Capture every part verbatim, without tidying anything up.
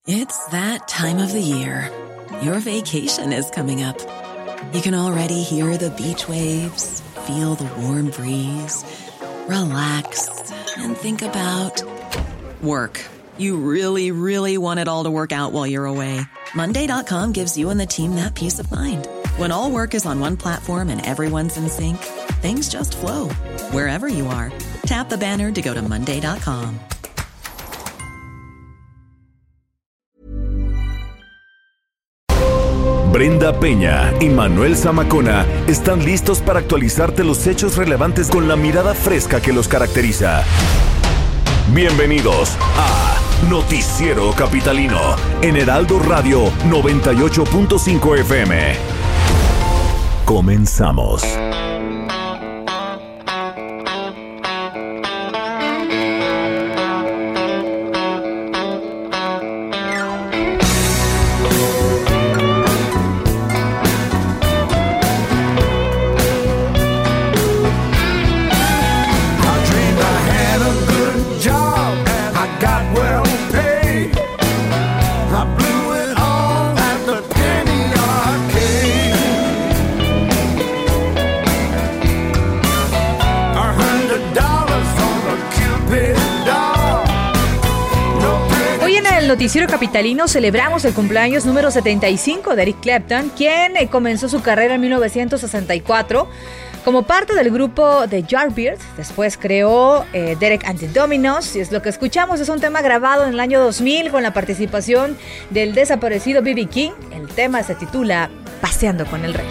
It's that time of the year. Your vacation is coming up. You can already hear the beach waves, feel the warm breeze, relax, and think about work. You really, really want it all to work out while you're away. Monday dot com gives you and the team that peace of mind. When all work is on one platform and everyone's in sync, things just flow. Wherever you are, tap the banner to go to Monday dot com. Brenda Peña y Manuel Zamacona están listos para actualizarte los hechos relevantes con la mirada fresca que los caracteriza. Bienvenidos a Noticiero Capitalino en Heraldo Radio noventa y ocho punto cinco F M. Comenzamos. Noticiero Capitalino celebramos el cumpleaños número setenta y cinco de Eric Clapton, quien eh, comenzó su carrera en mil novecientos sesenta y cuatro como parte del grupo de Yardbirds. Después creó eh, Derek and the Dominos, y es lo que escuchamos. Es un tema grabado en el año dos mil con la participación del desaparecido B B King. El tema se titula Paseando con el Rey.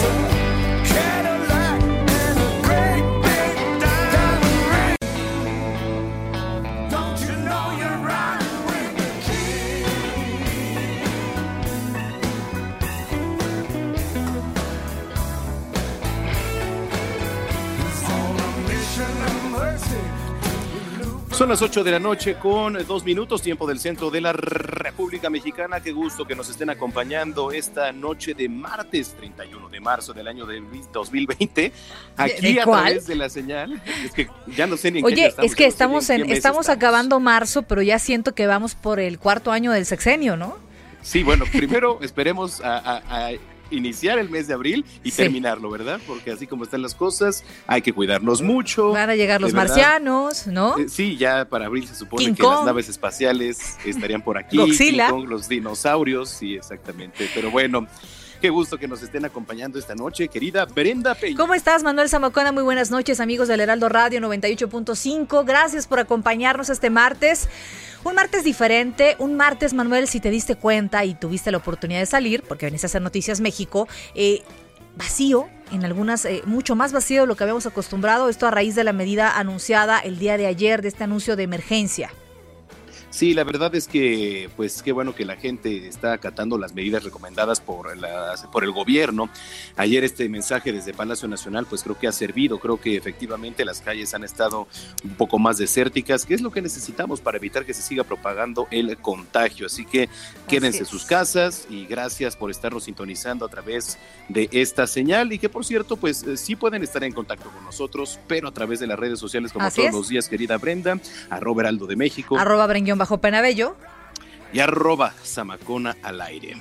Son las ocho de la noche con dos minutos, tiempo del centro de la República Mexicana. Qué gusto que nos estén acompañando esta noche de martes treinta y uno de marzo del año de dos mil veinte. Aquí ¿De, de a cuál? través de la señal. Es que ya no sé ni en Oye, qué estamos. es que no estamos, en, en, estamos estamos acabando marzo, pero ya siento que vamos por el cuarto año del sexenio, ¿no? Sí, bueno, primero esperemos a... a, a iniciar el mes de abril y sí. terminarlo, ¿verdad? Porque así como están las cosas, hay que cuidarnos mucho. Van a llegar los marcianos, ¿no? Eh, sí, ya para abril se supone King que Kong. Las naves espaciales estarían por aquí. Godzilla. King Kong, los dinosaurios, sí, exactamente. Pero bueno, qué gusto que nos estén acompañando esta noche, querida Brenda Peña. ¿Cómo estás, Manuel Zamacona? Muy buenas noches, amigos del Heraldo Radio noventa y ocho punto cinco. Gracias por acompañarnos este martes. Un martes diferente, un martes, Manuel, si te diste cuenta y tuviste la oportunidad de salir, porque veniste a hacer Noticias México, eh, vacío, en algunas, eh, mucho más vacío de lo que habíamos acostumbrado, esto a raíz de la medida anunciada el día de ayer, de este anuncio de emergencia. Sí, la verdad es que, pues, qué bueno que la gente está acatando las medidas recomendadas por, la, por el gobierno. Ayer este mensaje desde Palacio Nacional, pues creo que ha servido. Creo que efectivamente las calles han estado un poco más desérticas, que es lo que necesitamos para evitar que se siga propagando el contagio. Así que quédense en sus casas y gracias por estarnos sintonizando a través de esta señal. Y que, por cierto, pues sí pueden estar en contacto con nosotros, pero a través de las redes sociales, como Así todos es. los días, querida Brenda, arroba Heraldo de México. Arroba Brenguión bajo Penabello y arroba Zamacona al aire.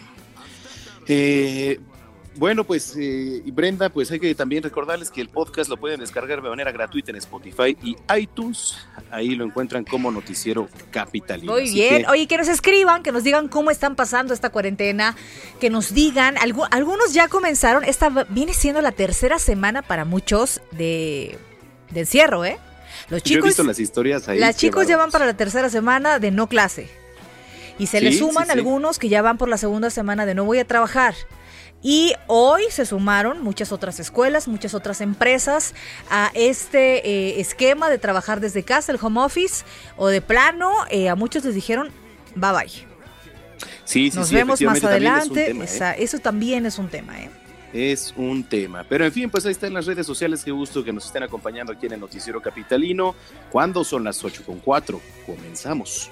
Eh, bueno, pues eh, Brenda, pues hay que también recordarles que el podcast lo pueden descargar de manera gratuita en Spotify y iTunes. Ahí lo encuentran como Noticiero Capitalino. Muy Así bien. que... Oye, que nos escriban, que nos digan cómo están pasando esta cuarentena, que nos digan, algu- algunos ya comenzaron, esta viene siendo la tercera semana para muchos de, de encierro, ¿eh? Los chicos, Yo he visto las historias ahí. Las chicos ya van para la tercera semana de no clase. Y se sí, le suman sí, sí. algunos que ya van por la segunda semana de no voy a trabajar. Y hoy se sumaron muchas otras escuelas, muchas otras empresas a este eh, esquema de trabajar desde casa, el home office, o de plano, eh, a muchos les dijeron bye bye. Sí, sí, Nos sí, vemos más adelante. Tema, Esa, ¿eh? Eso también es un tema, ¿eh? Es un tema, pero en fin, pues ahí está en las redes sociales. Qué gusto que nos estén acompañando aquí en el Noticiero Capitalino. ¿Cuándo son las ocho con cuatro? Comenzamos.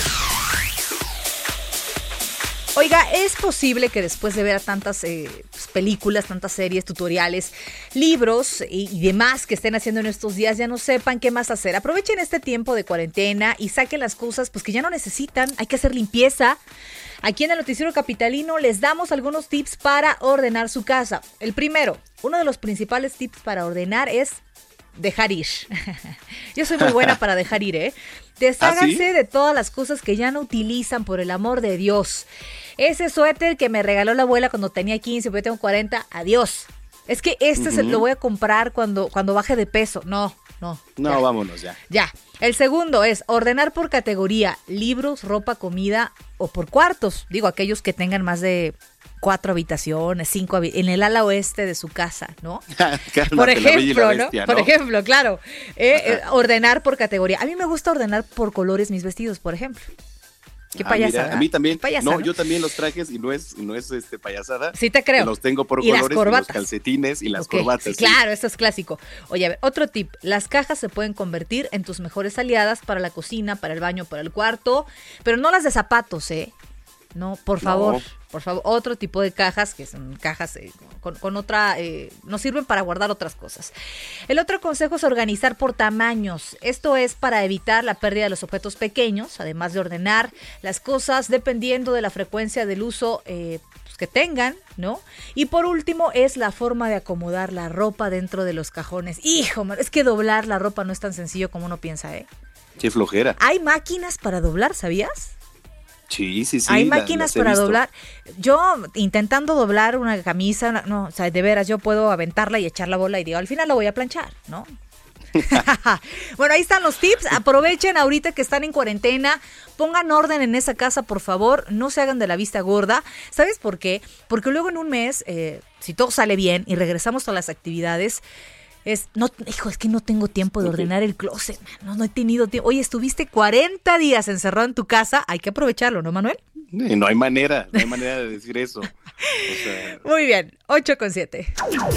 Oiga, ¿es posible que después de ver a tantas eh, películas, tantas series, tutoriales, libros y, y demás que estén haciendo en estos días, ya no sepan qué más hacer. Aprovechen este tiempo de cuarentena y saquen las cosas pues que ya no necesitan. Hay que hacer limpieza. Aquí en el Noticiero Capitalino les damos algunos tips para ordenar su casa. El primero, uno de los principales tips para ordenar es dejar ir. Yo soy muy buena para dejar ir, ¿eh? Desháganse ¿Ah, sí? de todas las cosas que ya no utilizan, por el amor de Dios. Ese suéter que me regaló la abuela cuando tenía quince, porque yo tengo cuarenta, adiós. Es que este uh-huh. se lo voy a comprar cuando, cuando baje de peso. No, no. No, ya. vámonos ya. Ya. El segundo es ordenar por categoría, libros, ropa, comida o por cuartos. Digo, aquellos que tengan más de cuatro habitaciones, cinco habi- en el ala oeste de su casa, ¿no? Por ejemplo, bestia, ¿no? ¿no? Por ejemplo, claro. Eh, eh, ordenar por categoría. A mí me gusta ordenar por colores mis vestidos, por ejemplo. Qué ah, payasada. Mira, a mí también. Payasada, no, yo también los trajes y no es, no es este payasada. Sí te creo. Los tengo por y colores, las corbatas. Y los calcetines y las okay. corbatas. Sí, sí. Claro, eso es clásico. Oye, a ver, otro tip. Las cajas se pueden convertir en tus mejores aliadas para la cocina, para el baño, para el cuarto, pero no las de zapatos, ¿eh? No, por favor, no. por favor, otro tipo de cajas, que son cajas eh, con, con otra, eh, nos sirven para guardar otras cosas. El otro consejo es organizar por tamaños. Esto es para evitar la pérdida de los objetos pequeños, además de ordenar las cosas dependiendo de la frecuencia del uso eh, pues, que tengan, ¿no? Y por último es la forma de acomodar la ropa dentro de los cajones. Hijo, es que doblar la ropa no es tan sencillo como uno piensa, ¿eh? Qué flojera. Hay máquinas para doblar, ¿sabías? Sí, sí, sí. Hay máquinas la, para doblar. Yo intentando doblar una camisa, no, o sea, de veras, yo puedo aventarla y echar la bola y digo, al final la voy a planchar, ¿no? Bueno, ahí están los tips. Aprovechen ahorita que están en cuarentena. Pongan orden en esa casa, por favor. No se hagan de la vista gorda. ¿Sabes por qué? Porque luego en un mes, eh, si todo sale bien y regresamos a las actividades, Es, no, hijo, es que no tengo tiempo de ordenar el closet, no, no he tenido tiempo. Oye, estuviste cuarenta días encerrado en tu casa, hay que aprovecharlo, ¿no, Manuel? No hay manera, no hay manera de decir eso. O sea... Muy bien, ocho con siete.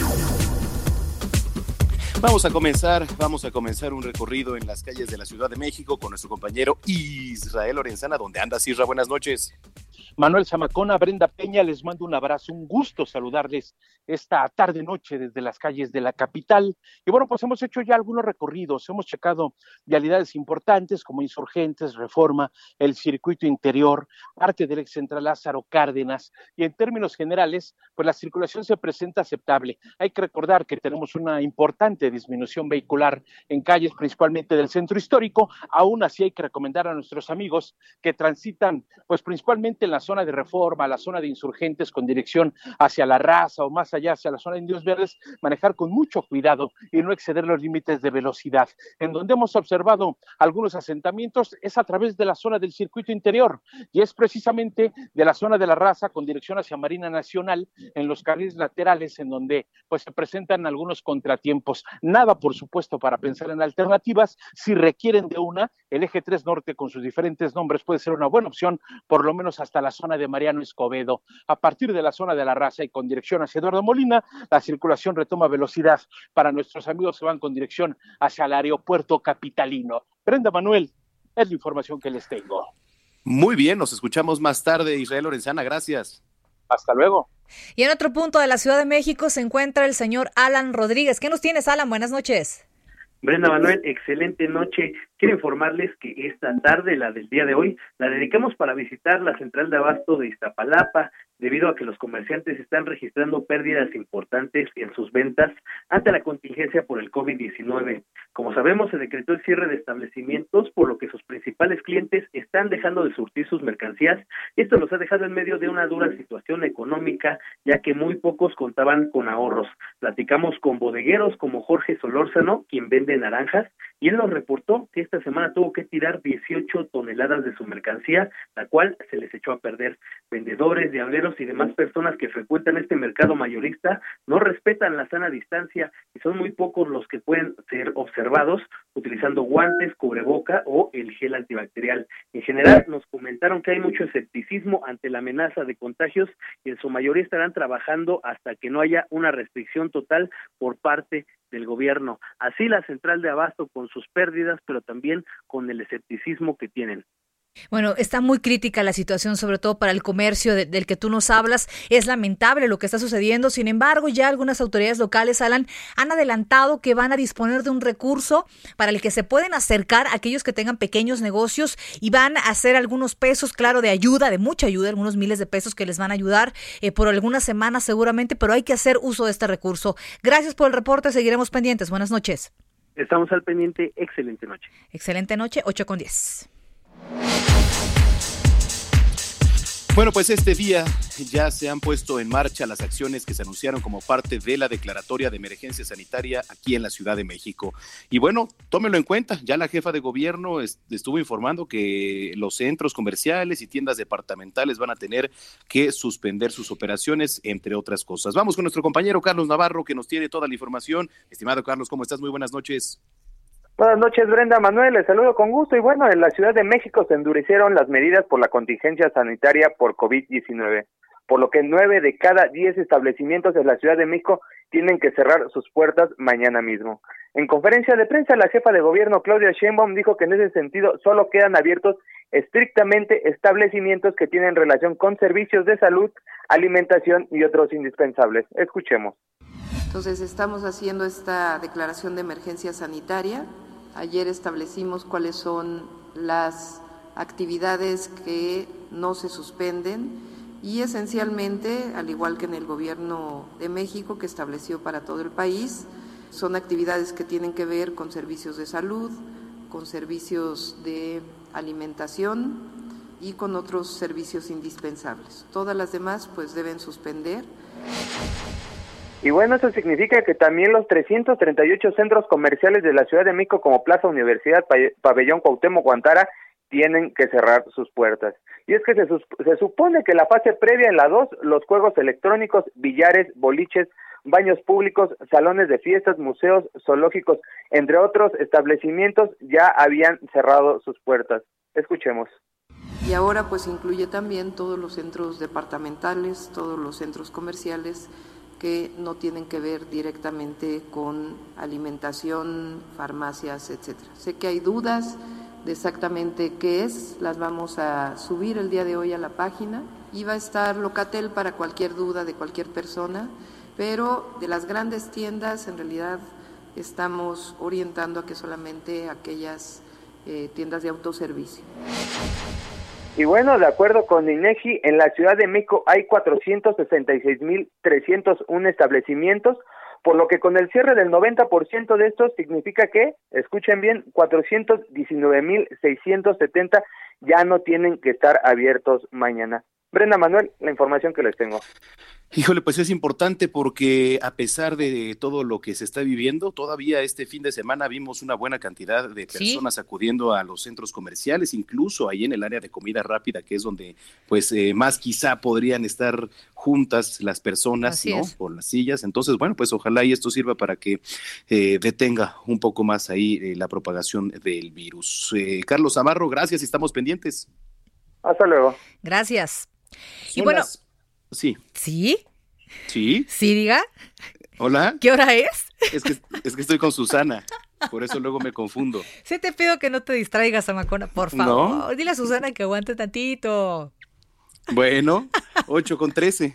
Vamos a comenzar, vamos a comenzar un recorrido en las calles de la Ciudad de México con nuestro compañero Israel Lorenzana. ¿Dónde andas, Isra? Buenas noches. Manuel Zamacona, Brenda Peña, les mando un abrazo, un gusto saludarles esta tarde-noche desde las calles de la capital. Y bueno, pues hemos hecho ya algunos recorridos, hemos checado vialidades importantes como Insurgentes, Reforma, el Circuito Interior, parte del ex central Lázaro Cárdenas, y en términos generales, pues la circulación se presenta aceptable. Hay que recordar que tenemos una importante disminución vehicular en calles, principalmente del centro histórico. Aún así hay que recomendar a nuestros amigos que transitan, pues principalmente en la zona de Reforma, la zona de Insurgentes con dirección hacia La Raza o más allá hacia la zona de Indios Verdes, manejar con mucho cuidado y no exceder los límites de velocidad. En donde hemos observado algunos asentamientos es a través de la zona del circuito interior y es precisamente de la zona de La Raza con dirección hacia Marina Nacional en los carriles laterales en donde pues se presentan algunos contratiempos. Nada, por supuesto, para pensar en alternativas. Si requieren de una, el eje tres Norte con sus diferentes nombres puede ser una buena opción, por lo menos hasta la zona de Mariano Escobedo. A partir de la zona de La Raza y con dirección hacia Eduardo Molina, la circulación retoma velocidad para nuestros amigos que van con dirección hacia el aeropuerto capitalino. Brenda, Manuel, es la información que les tengo. Muy bien, nos escuchamos más tarde, Israel Lorenzana, gracias. Hasta luego. Y en otro punto de la Ciudad de México se encuentra el señor Alan Rodríguez. ¿Qué nos tienes, Alan? Buenas noches. Brenda, Manuel, excelente noche. Quiero informarles que esta tarde, la del día de hoy, la dedicamos para visitar la central de abasto de Iztapalapa, debido a que los comerciantes están registrando pérdidas importantes en sus ventas ante la contingencia por el COVID diecinueve. Como sabemos, se decretó el cierre de establecimientos, por lo que sus principales clientes están dejando de surtir sus mercancías. Esto los ha dejado en medio de una dura situación económica, ya que muy pocos contaban con ahorros. Platicamos con bodegueros como Jorge Solórzano, quien vende naranjas, y él nos reportó que esta semana tuvo que tirar dieciocho toneladas de su mercancía, la cual se les echó a perder. Vendedores, diableros y demás personas que frecuentan este mercado mayorista no respetan la sana distancia y son muy pocos los que pueden ser observados utilizando guantes, cubreboca o el gel antibacterial. En general nos comentaron que hay mucho escepticismo ante la amenaza de contagios y en su mayoría estarán trabajando hasta que no haya una restricción total por parte del gobierno. Así la central de abasto con sus pérdidas, pero también con el escepticismo que tienen. Bueno, está muy crítica la situación, sobre todo para el comercio de, del que tú nos hablas. Es lamentable lo que está sucediendo. Sin embargo, ya algunas autoridades locales, Alan, han adelantado que van a disponer de un recurso para el que se pueden acercar a aquellos que tengan pequeños negocios y van a hacer algunos pesos, claro, de ayuda, de mucha ayuda, algunos miles de pesos que les van a ayudar eh, por algunas semanas seguramente, pero hay que hacer uso de este recurso. Gracias por el reporte, seguiremos pendientes. Buenas noches. Estamos al pendiente. Excelente noche. Excelente noche, ocho con diez. Bueno, pues este día ya se han puesto en marcha las acciones que se anunciaron como parte de la declaratoria de emergencia sanitaria aquí en la Ciudad de México. Y bueno, tómelo en cuenta, ya la jefa de gobierno estuvo informando que los centros comerciales y tiendas departamentales van a tener que suspender sus operaciones, entre otras cosas. Vamos con nuestro compañero Carlos Navarro, que nos tiene toda la información. Estimado Carlos, ¿cómo estás? Muy buenas noches. Buenas noches, Brenda. Manuel, les saludo con gusto. Y bueno, en la Ciudad de México se endurecieron las medidas por la contingencia sanitaria por COVID diecinueve, por lo que nueve de cada diez establecimientos de la Ciudad de México tienen que cerrar sus puertas mañana mismo. En conferencia de prensa, la jefa de gobierno, Claudia Sheinbaum, dijo que en ese sentido solo quedan abiertos estrictamente establecimientos que tienen relación con servicios de salud, alimentación y otros indispensables. Escuchemos. Entonces, estamos haciendo esta declaración de emergencia sanitaria. Ayer establecimos cuáles son las actividades que no se suspenden y esencialmente, al igual que en el Gobierno de México que estableció para todo el país, son actividades que tienen que ver con servicios de salud, con servicios de alimentación y con otros servicios indispensables. Todas las demás pues deben suspender. Y bueno, eso significa que también los trescientos treinta y ocho centros comerciales de la Ciudad de México, como Plaza Universidad, Pabellón Cuauhtémoc, Guantara, tienen que cerrar sus puertas. Y es que se, se supone que la fase previa en la dos, los juegos electrónicos, billares, boliches, baños públicos, salones de fiestas, museos, zoológicos, entre otros establecimientos, ya habían cerrado sus puertas. Escuchemos. Y ahora pues incluye también todos los centros departamentales, todos los centros comerciales que no tienen que ver directamente con alimentación, farmacias, etcétera. Sé que hay dudas de exactamente qué es, las vamos a subir el día de hoy a la página y va a estar Locatel para cualquier duda de cualquier persona, pero de las grandes tiendas en realidad estamos orientando a que solamente aquellas eh, tiendas de autoservicio. Y bueno, de acuerdo con INEGI, en la Ciudad de México hay cuatrocientos sesenta y seis mil trescientos uno establecimientos, por lo que con el cierre del noventa por ciento de estos significa que, escuchen bien, cuatrocientos diecinueve mil seiscientos setenta ya no tienen que estar abiertos mañana. Brenda, Manuel, la información que les tengo. Híjole, pues es importante porque a pesar de todo lo que se está viviendo, todavía este fin de semana vimos una buena cantidad de personas ¿Sí? acudiendo a los centros comerciales, incluso ahí en el área de comida rápida, que es donde pues eh, más quizá podrían estar juntas las personas, Así ¿no? Es. Por las sillas. Entonces, bueno, pues ojalá y esto sirva para que eh, detenga un poco más ahí eh, la propagación del virus. Eh, Carlos Navarro, gracias y estamos pendientes. Hasta luego. Gracias. Son y bueno, las... sí. ¿Sí? ¿Sí? ¿Sí, diga? Hola. ¿Qué hora es? Es que, es que estoy con Susana, por eso luego me confundo. Sí, te pido que no te distraigas, Zamacona, por favor. ¿No? Dile a Susana que aguante tantito. Bueno, ocho con trece.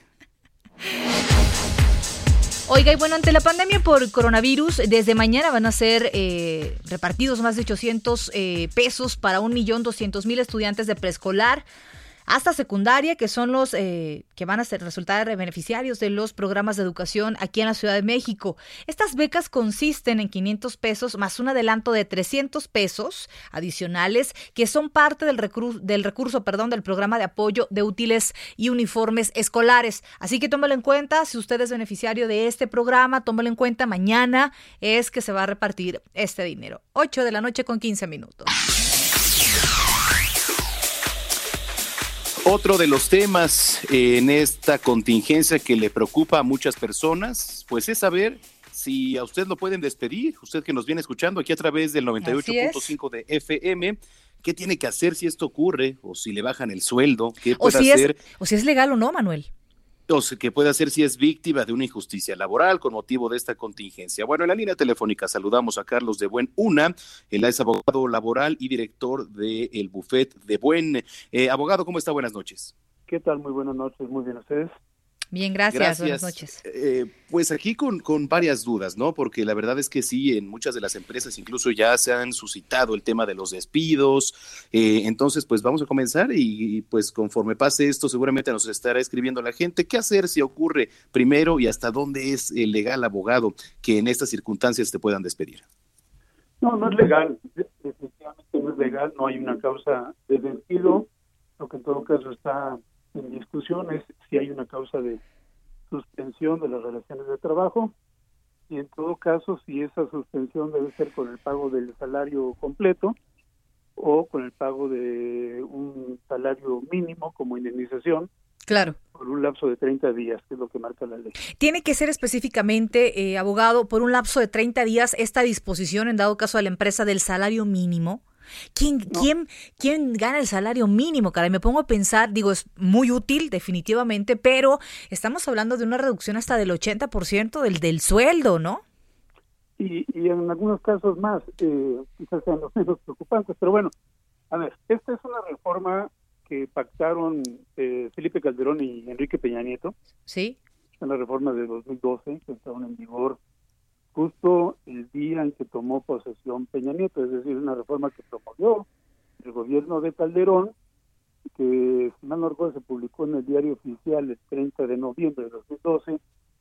Oiga, y bueno, ante la pandemia por coronavirus, desde mañana van a ser eh, repartidos más de ochocientos eh, pesos para un millón doscientos mil estudiantes de preescolar hasta secundaria, que son los eh, que van a ser, resultar beneficiarios de los programas de educación aquí en la Ciudad de México. Estas becas consisten en quinientos pesos más un adelanto de trescientos pesos adicionales que son parte del, recur- del recurso perdón, del programa de apoyo de útiles y uniformes escolares. Así que tómalo en cuenta, si usted es beneficiario de este programa, tómalo en cuenta, mañana es que se va a repartir este dinero. ocho de la noche con quince minutos. Otro de los temas en esta contingencia que le preocupa a muchas personas, pues es saber si a usted lo pueden despedir, usted que nos viene escuchando aquí a través del noventa y ocho punto cinco de F M, ¿qué tiene que hacer si esto ocurre? O si le bajan el sueldo, ¿qué puede o si hacer? Es, o si es legal o no, Manuel. o sea, que pueda ser si es víctima de una injusticia laboral con motivo de esta contingencia. Bueno, en la línea telefónica saludamos a Carlos de Buen Una, él es abogado laboral y director del Bufet de Buen. Eh, abogado, ¿cómo está? Buenas noches. ¿Qué tal? Muy buenas noches, muy bien, ¿ustedes? Bien, gracias, gracias. Buenas noches. Eh, pues aquí con, con varias dudas, ¿no? Porque la verdad es que sí, en muchas de las empresas incluso ya se han suscitado el tema de los despidos. Eh, entonces, pues vamos a comenzar y, y pues conforme pase esto, seguramente nos estará escribiendo la gente qué hacer si ocurre primero y hasta dónde es el legal, abogado, que en estas circunstancias te puedan despedir. No, no es legal, definitivamente no es legal, no hay una causa de despido, lo que en todo caso está en discusión es si hay una causa de suspensión de las relaciones de trabajo y en todo caso si esa suspensión debe ser con el pago del salario completo o con el pago de un salario mínimo como indemnización. Claro. Por un lapso de treinta días, que es lo que marca la ley. ¿Tiene que ser específicamente, eh, abogado, por un lapso de treinta días esta disposición en dado caso de la empresa del salario mínimo? ¿Quién, no. ¿quién, ¿Quién gana el salario mínimo? Caray, me pongo a pensar, digo, es muy útil definitivamente, pero estamos hablando de una reducción hasta del ochenta por ciento del, del sueldo, ¿no? Y, y en algunos casos más, eh, quizás sean los menos preocupantes, pero bueno, a ver, esta es una reforma que pactaron eh, Felipe Calderón y Enrique Peña Nieto. Sí. En la reforma de dos mil doce, que estaban en vigor justo el día en que tomó posesión Peña Nieto, es decir, una reforma que promovió el gobierno de Calderón, que si mal no recuerdo se publicó en el diario oficial el treinta de noviembre de dos mil doce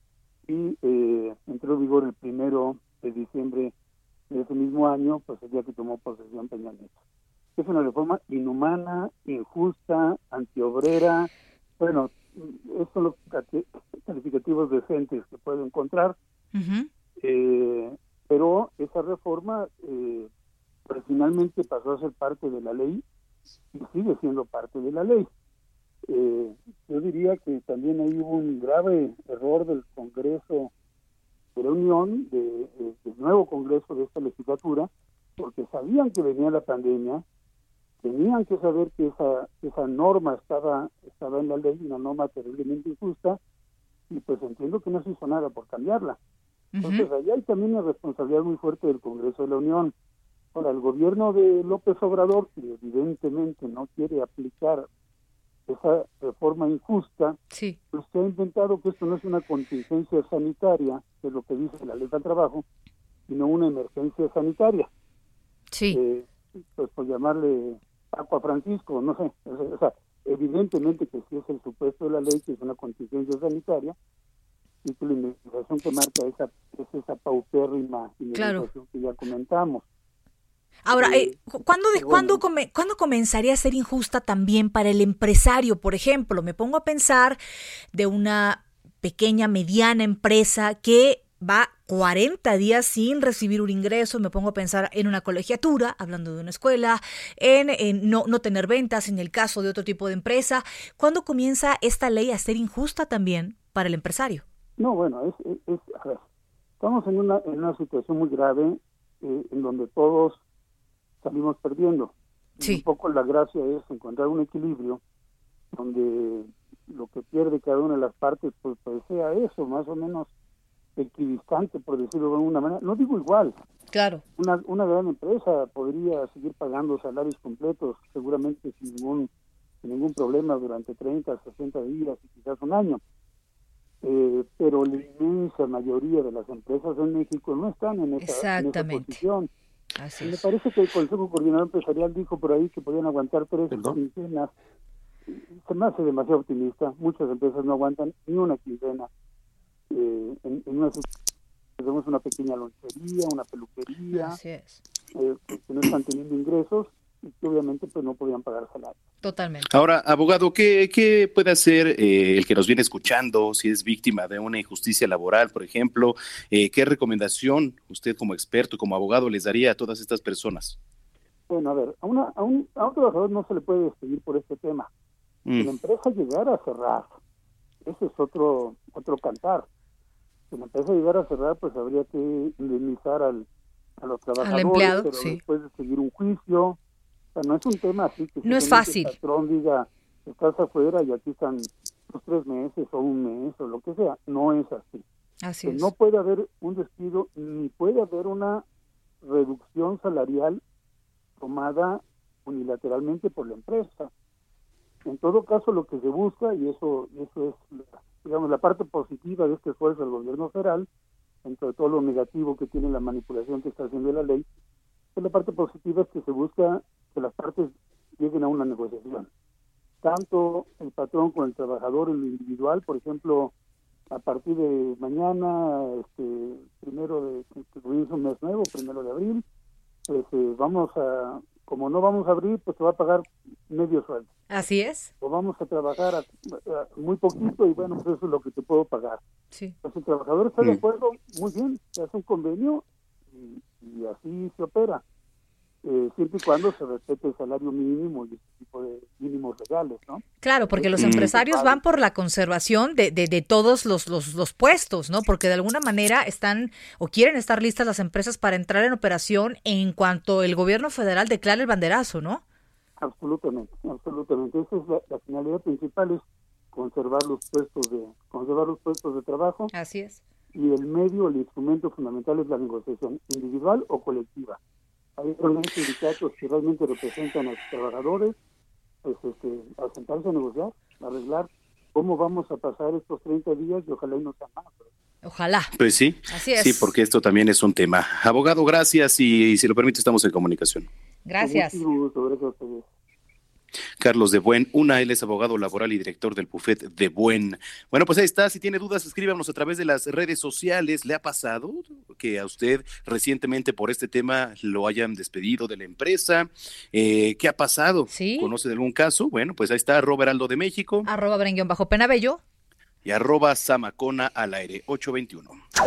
y eh, entró en vigor el primero de diciembre de ese mismo año, pues el día que tomó posesión Peña Nieto. Es una reforma inhumana, injusta, antiobrera, bueno, esos son los calificativos decentes que puedo encontrar. Uh-huh. Eh, pero esa reforma eh, pues finalmente pasó a ser parte de la ley y sigue siendo parte de la ley. Eh, yo diría que también ahí hubo un grave error del Congreso de la Unión, de, de, del nuevo Congreso de esta legislatura, porque sabían que venía la pandemia, tenían que saber que esa esa norma estaba estaba en la ley, una norma terriblemente injusta, y pues entiendo que no se hizo nada por cambiarla. Entonces, uh-huh. allá hay también una responsabilidad muy fuerte del Congreso de la Unión. Ahora, el gobierno de López Obrador, que evidentemente no quiere aplicar esa reforma injusta, sí. pues se ha inventado que esto no es una contingencia sanitaria, que es lo que dice la ley del trabajo, sino una emergencia sanitaria. Sí. Eh, pues por llamarle Paco a Francisco, no sé. O sea, evidentemente que sí es el supuesto de la ley, que es una contingencia sanitaria, y que la indemnización que marca esa, es esa paupérrima indemnización claro. que ya comentamos. Ahora, eh, ¿cuándo, de, bueno, ¿cuándo, come, ¿cuándo comenzaría a ser injusta también para el empresario? Por ejemplo, me pongo a pensar de una pequeña, mediana empresa que va cuarenta días sin recibir un ingreso, me pongo a pensar en una colegiatura, hablando de una escuela, en, en no, no tener ventas en el caso de otro tipo de empresa. ¿Cuándo comienza esta ley a ser injusta también para el empresario? No, bueno, es, es, es a ver, estamos en una, en una situación muy grave eh, en donde todos salimos perdiendo. Sí. Un poco la gracia es encontrar un equilibrio donde lo que pierde cada una de las partes pues, pues sea eso, más o menos equidistante, por decirlo de alguna manera. No digo igual. Claro. Una, una gran empresa podría seguir pagando salarios completos, seguramente sin ningún, sin ningún problema durante treinta, sesenta días y quizás un año. Eh, pero la inmensa mayoría de las empresas en México no están en esa, en esa posición. Así me es. parece que el Consejo Coordinador Empresarial dijo por ahí que podían aguantar tres quincenas. Se me hace demasiado optimista. Muchas empresas no aguantan ni una quincena. Eh, en, en una tenemos una pequeña lonchería, una peluquería, Así es. Eh, que no están teniendo ingresos y que obviamente pues no podían pagar salario. Totalmente. Ahora, abogado, ¿qué, qué puede hacer eh, el que nos viene escuchando si es víctima de una injusticia laboral, por ejemplo? Eh, ¿Qué recomendación usted como experto, como abogado, les daría a todas estas personas? Bueno, a ver, a, una, a, un, a un trabajador no se le puede despedir por este tema. Mm. Si la empresa llegara a cerrar, ese es otro otro cantar. Si la empresa llegara a cerrar, pues habría que indemnizar al, a los trabajadores, al empleado, pero sí. después de seguir un juicio. O sea, no es un tema así que no es fácil. el patrón diga, estás afuera y aquí están estos tres meses o un mes o lo que sea. No es así. Así que es. No puede haber un despido ni puede haber una reducción salarial tomada unilateralmente por la empresa. En todo caso, lo que se busca, y eso, y eso es, digamos, la parte positiva de este esfuerzo del gobierno federal, entre todo lo negativo que tiene la manipulación que está haciendo la ley, pues la parte positiva es que se busca que las partes lleguen a una negociación. Tanto el patrón con el trabajador en lo individual, por ejemplo, a partir de mañana, este, primero de, que comienza un mes nuevo, primero de abril, pues eh, vamos a, como no vamos a abrir, pues se va a pagar medio sueldo. Así es. O vamos a trabajar a, a muy poquito y bueno, pues eso es lo que te puedo pagar. Sí. Pues el trabajador está de Mm. acuerdo, muy bien, se hace un convenio y, y así se opera. Eh, siempre y cuando se respete el salario mínimo y ese tipo de mínimos legales, ¿no? Claro, porque los Mm. empresarios van por la conservación de, de, de todos los, los, los puestos, ¿no? Porque de alguna manera están o quieren estar listas las empresas para entrar en operación en cuanto el gobierno federal declare el banderazo, ¿no? Absolutamente, absolutamente. Esa es la, la finalidad principal, es conservar los puestos de conservar los puestos de trabajo. Así es. Y el medio, el instrumento fundamental es la negociación individual o colectiva. Hay algunos sindicatos que realmente representan a los trabajadores, pues este, a sentarse a negociar, a arreglar cómo vamos a pasar estos treinta días y ojalá y no sea más. Ojalá. Pues sí, Así es. sí, porque esto también es un tema. Abogado, gracias y, y si lo permite estamos en comunicación. Gracias. Con muchísimo gusto, gracias a ustedes. Carlos de Buen, una, él es abogado laboral y director del Bufet de Buen. Bueno, pues ahí está, si tiene dudas, escríbanos a través de las redes sociales. ¿Le ha pasado que a usted recientemente por este tema lo hayan despedido de la empresa? Eh, ¿Qué ha pasado? ¿Sí? ¿Conoce de algún caso? Bueno, pues ahí está, arroba Heraldo de México Arroba Brenguión bajo Penabello. y arroba Samacona al aire, ocho veintiuno.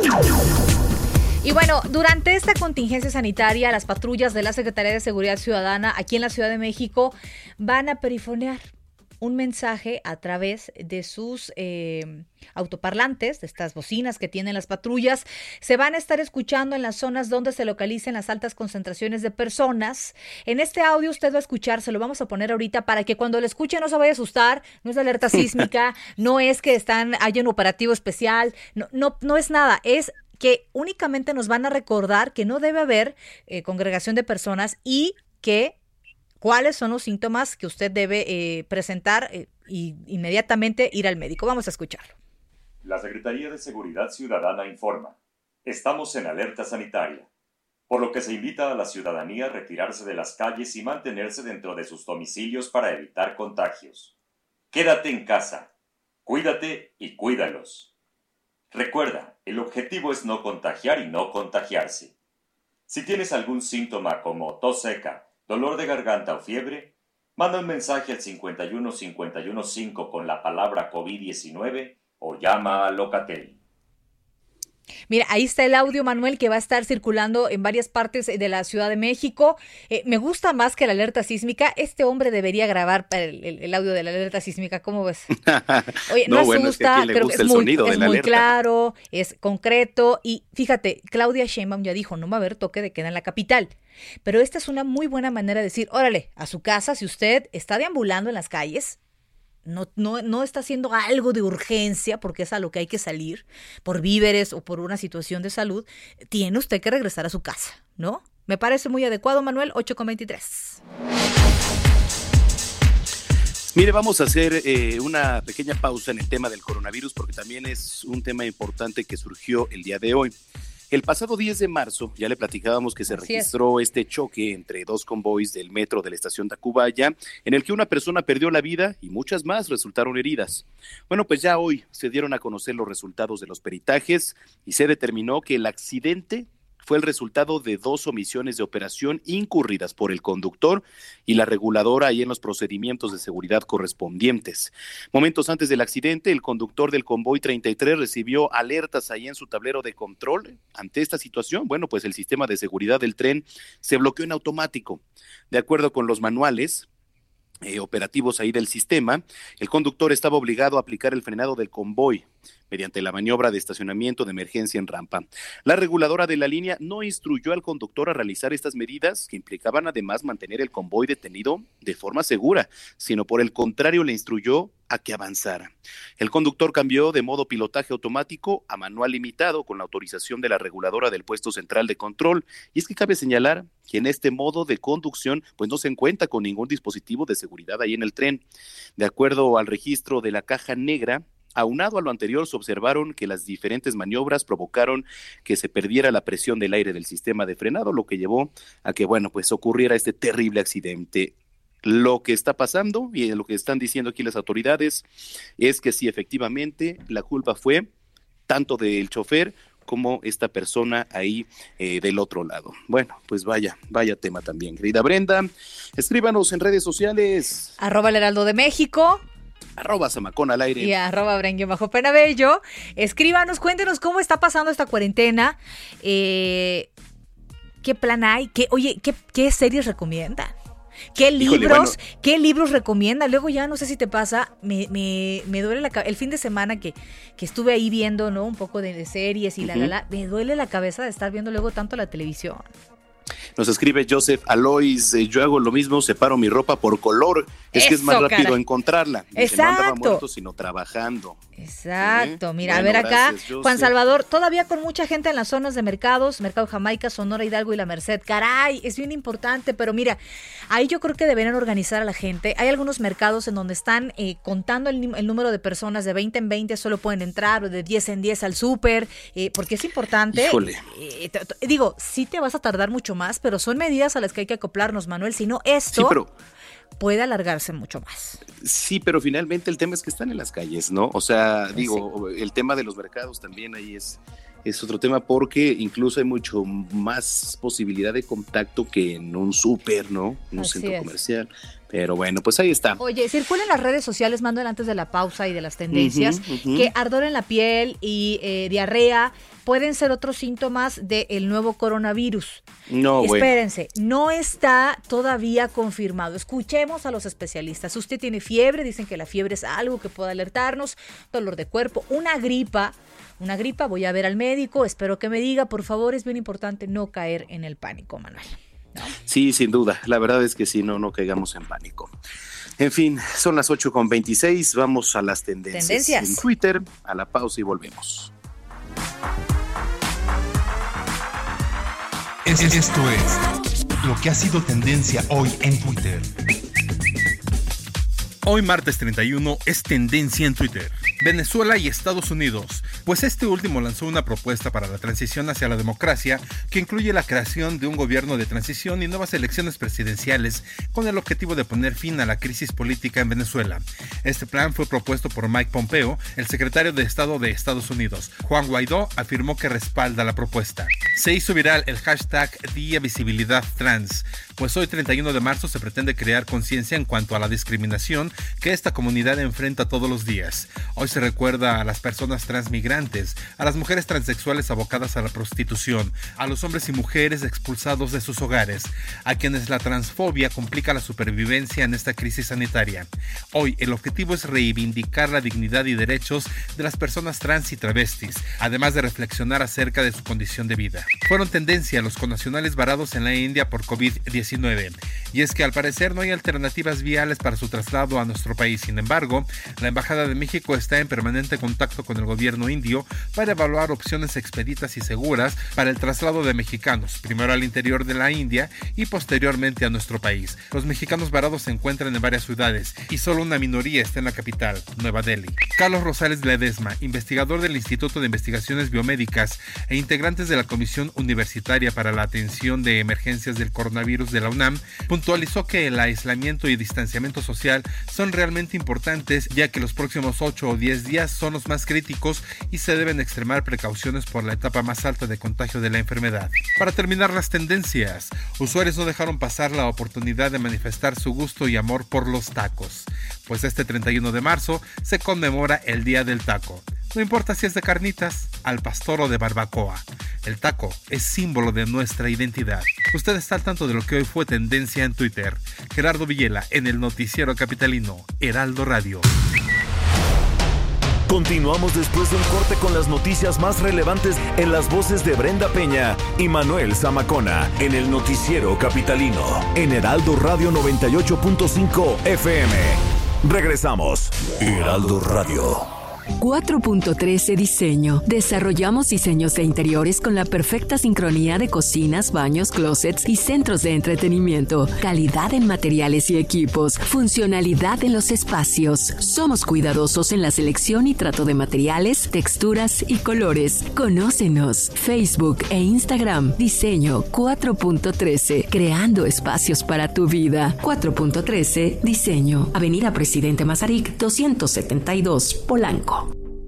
Y bueno, durante esta contingencia sanitaria, las patrullas de la Secretaría de Seguridad Ciudadana aquí en la Ciudad de México van a perifonear un mensaje a través de sus eh, autoparlantes, de estas bocinas que tienen las patrullas. Se van a estar escuchando en las zonas donde se localicen las altas concentraciones de personas. En este audio usted va a escuchar, se lo vamos a poner ahorita para que cuando lo escuche no se vaya a asustar. No es alerta sísmica, no es que están, hay un operativo especial, no, no, no es nada, es que únicamente nos van a recordar que no debe haber eh, congregación de personas y que cuáles son los síntomas que usted debe eh, presentar eh, y inmediatamente ir al médico. Vamos a escucharlo. La Secretaría de Seguridad Ciudadana informa: estamos en alerta sanitaria, por lo que se invita a la ciudadanía a retirarse de las calles y mantenerse dentro de sus domicilios para evitar contagios. Quédate en casa, cuídate y cuídalos. Recuerda, el objetivo es no contagiar y no contagiarse. Si tienes algún síntoma como tos seca, dolor de garganta o fiebre, manda un mensaje al cincuenta y uno cincuenta y uno cinco con la palabra COVID diecinueve o llama a Locatel. Mira, ahí está el audio, Manuel, que va a estar circulando en varias partes de la Ciudad de México. Eh, me gusta más que la alerta sísmica. Este hombre debería grabar el, el, el audio de la alerta sísmica. ¿Cómo ves? Oye, no, no bueno, asusta, es que creo que es muy, es muy claro, es concreto. Y fíjate, Claudia Sheinbaum ya dijo, no va a haber toque de queda en la capital. Pero esta es una muy buena manera de decir, órale, a su casa, si usted está deambulando en las calles, No, no, no está haciendo algo de urgencia, porque es a lo que hay que salir, por víveres o por una situación de salud, tiene usted que regresar a su casa, ¿no? Me parece muy adecuado, Manuel, ocho con veintitrés. Mire, vamos a hacer eh, una pequeña pausa en el tema del coronavirus, porque también es un tema importante que surgió el día de hoy. El pasado diez de marzo, ya le platicábamos que se Así registró es. este choque entre dos convoys del metro de la estación Tacubaya, en el que una persona perdió la vida y muchas más resultaron heridas. Bueno, pues ya hoy se dieron a conocer los resultados de los peritajes y se determinó que el accidente fue el resultado de dos omisiones de operación incurridas por el conductor y la reguladora ahí en los procedimientos de seguridad correspondientes. Momentos antes del accidente, el conductor del convoy treinta y tres recibió alertas ahí en su tablero de control. Ante esta situación, bueno, pues el sistema de seguridad del tren se bloqueó en automático. De acuerdo con los manuales Eh, operativos ahí del sistema, el conductor estaba obligado a aplicar el frenado del convoy mediante la maniobra de estacionamiento de emergencia en rampa. La reguladora de la línea no instruyó al conductor a realizar estas medidas que implicaban además mantener el convoy detenido de forma segura, sino por el contrario le instruyó a que avanzara. El conductor cambió de modo pilotaje automático a manual limitado con la autorización de la reguladora del puesto central de control. Y es que cabe señalar que en este modo de conducción pues no se cuenta con ningún dispositivo de seguridad ahí en el tren. De acuerdo al registro de la caja negra, aunado a lo anterior, se observaron que las diferentes maniobras provocaron que se perdiera la presión del aire del sistema de frenado, lo que llevó a que, bueno, pues ocurriera este terrible accidente. Lo que está pasando y lo que están diciendo aquí las autoridades es que sí, efectivamente, la culpa fue tanto del chofer como esta persona ahí eh, del otro lado. Bueno, pues vaya, vaya tema también. Querida Brenda, escríbanos en redes sociales. Arroba el Heraldo de México. Arroba Zamacona al aire. Y arroba Brenguio bajo Penabello. Escríbanos, cuéntenos cómo está pasando esta cuarentena. Eh, ¿Qué plan hay? ¿Qué, oye, ¿qué, qué series recomiendan? ¿Qué libros, Híjole, bueno. ¿Qué libros recomienda? Luego ya no sé si te pasa, me, me, me duele la cabeza. El fin de semana que, que estuve ahí viendo, ¿no? Un poco de, de series y uh-huh. la, la, la, me duele la cabeza de estar viendo luego tanto la televisión. Nos escribe Joseph Alois, eh, yo hago lo mismo, separo mi ropa por color. Es Eso, que es más rápido cara. encontrarla. Dice, Exacto. no andaba muerto, sino trabajando. Exacto. ¿Eh? Mira, bueno, a ver acá, gracias, Juan Salvador, todavía con mucha gente en las zonas de mercados, Mercado Jamaica, Sonora, Hidalgo y La Merced. Caray, es bien importante, pero mira, ahí yo creo que deberían organizar a la gente. Hay algunos mercados en donde están eh, contando el, el número de personas, de veinte en veinte solo pueden entrar, o de diez en diez al súper, eh, porque es importante. Híjole. Eh, te, te, digo, sí te vas a tardar mucho más, pero son medidas a las que hay que acoplarnos, Manuel, si no esto... Sí, pero... puede alargarse mucho más. Sí, pero finalmente el tema es que están en las calles, ¿no? O sea, digo, sí. el tema de los mercados también ahí es, es otro tema porque incluso hay mucho más posibilidad de contacto que en un súper, ¿no? En un Así centro es. comercial. Pero bueno, pues ahí está. Oye, circula en las redes sociales, Manuel, antes de la pausa y de las tendencias, uh-huh, uh-huh. que ardor en la piel y eh, diarrea pueden ser otros síntomas del nuevo coronavirus. No, Espérense, bueno. no está todavía confirmado. Escuchemos a los especialistas. Usted tiene fiebre, dicen que la fiebre es algo que puede alertarnos, dolor de cuerpo, una gripa, una gripa, voy a ver al médico, espero que me diga, por favor, es bien importante no caer en el pánico, Manuel. ¿No? Sí, sin duda. La verdad es que sí, no, no caigamos en pánico. En fin, son las ocho con veintiséis. Vamos a las tendencias. Tendencias. En Twitter, a la pausa y volvemos. Es, esto es lo que ha sido tendencia hoy en Twitter. Hoy martes treinta y uno es tendencia en Twitter. Venezuela y Estados Unidos, pues este último lanzó una propuesta para la transición hacia la democracia que incluye la creación de un gobierno de transición y nuevas elecciones presidenciales con el objetivo de poner fin a la crisis política en Venezuela. Este plan fue propuesto por Mike Pompeo, el secretario de Estado de Estados Unidos. Juan Guaidó afirmó que respalda la propuesta. Se hizo viral el hashtag Día Visibilidad Trans, pues hoy treinta y uno de marzo se pretende crear conciencia en cuanto a la discriminación que esta comunidad enfrenta todos los días. Hoy se recuerda a las personas transmigrantes, a las mujeres transexuales abocadas a la prostitución, a los hombres y mujeres expulsados de sus hogares, a quienes la transfobia complica la supervivencia en esta crisis sanitaria. Hoy el objetivo es reivindicar la dignidad y derechos de las personas trans y travestis, además de reflexionar acerca de su condición de vida. Fueron tendencia los connacionales varados en la India por covid diecinueve, y es que al parecer no hay alternativas viales para su traslado a nuestro país. Sin embargo, la Embajada de México está en permanente contacto con el gobierno indio para evaluar opciones expeditas y seguras para el traslado de mexicanos, primero al interior de la India y posteriormente a nuestro país. Los mexicanos varados se encuentran en varias ciudades y solo una minoría está en la capital, Nueva Delhi. Carlos Rosales Ledesma, investigador del Instituto de Investigaciones Biomédicas e integrantes de la Comisión Universitaria para la Atención de Emergencias del Coronavirus de la UNAM, puntualizó que el aislamiento y distanciamiento social son realmente importantes, ya que los próximos ocho o diez días son los más críticos y se deben extremar precauciones por la etapa más alta de contagio de la enfermedad. Para terminar las tendencias, usuarios no dejaron pasar la oportunidad de manifestar su gusto y amor por los tacos, pues este treinta y uno de marzo se conmemora el Día del Taco. No importa si es de carnitas, al pastor o de barbacoa, el taco es símbolo de nuestra identidad. Usted está al tanto de lo que hoy fue tendencia en Twitter. Gerardo Villela en el noticiero capitalino Heraldo Radio. Continuamos después de un corte con las noticias más relevantes en las voces de Brenda Peña y Manuel Zamacona en el noticiero capitalino en Heraldo Radio noventa y ocho punto cinco F M. Regresamos. Heraldo Radio. cuatro punto trece Diseño. Desarrollamos diseños de interiores con la perfecta sincronía de cocinas, baños, closets y centros de entretenimiento. Calidad en materiales y equipos. Funcionalidad en los espacios. Somos cuidadosos en la selección y trato de materiales, texturas y colores. Conócenos. Facebook e Instagram. Diseño cuatro punto trece. Creando espacios para tu vida. cuatro punto trece Diseño. Avenida Presidente Mazarik, doscientos setenta y dos, Polanco.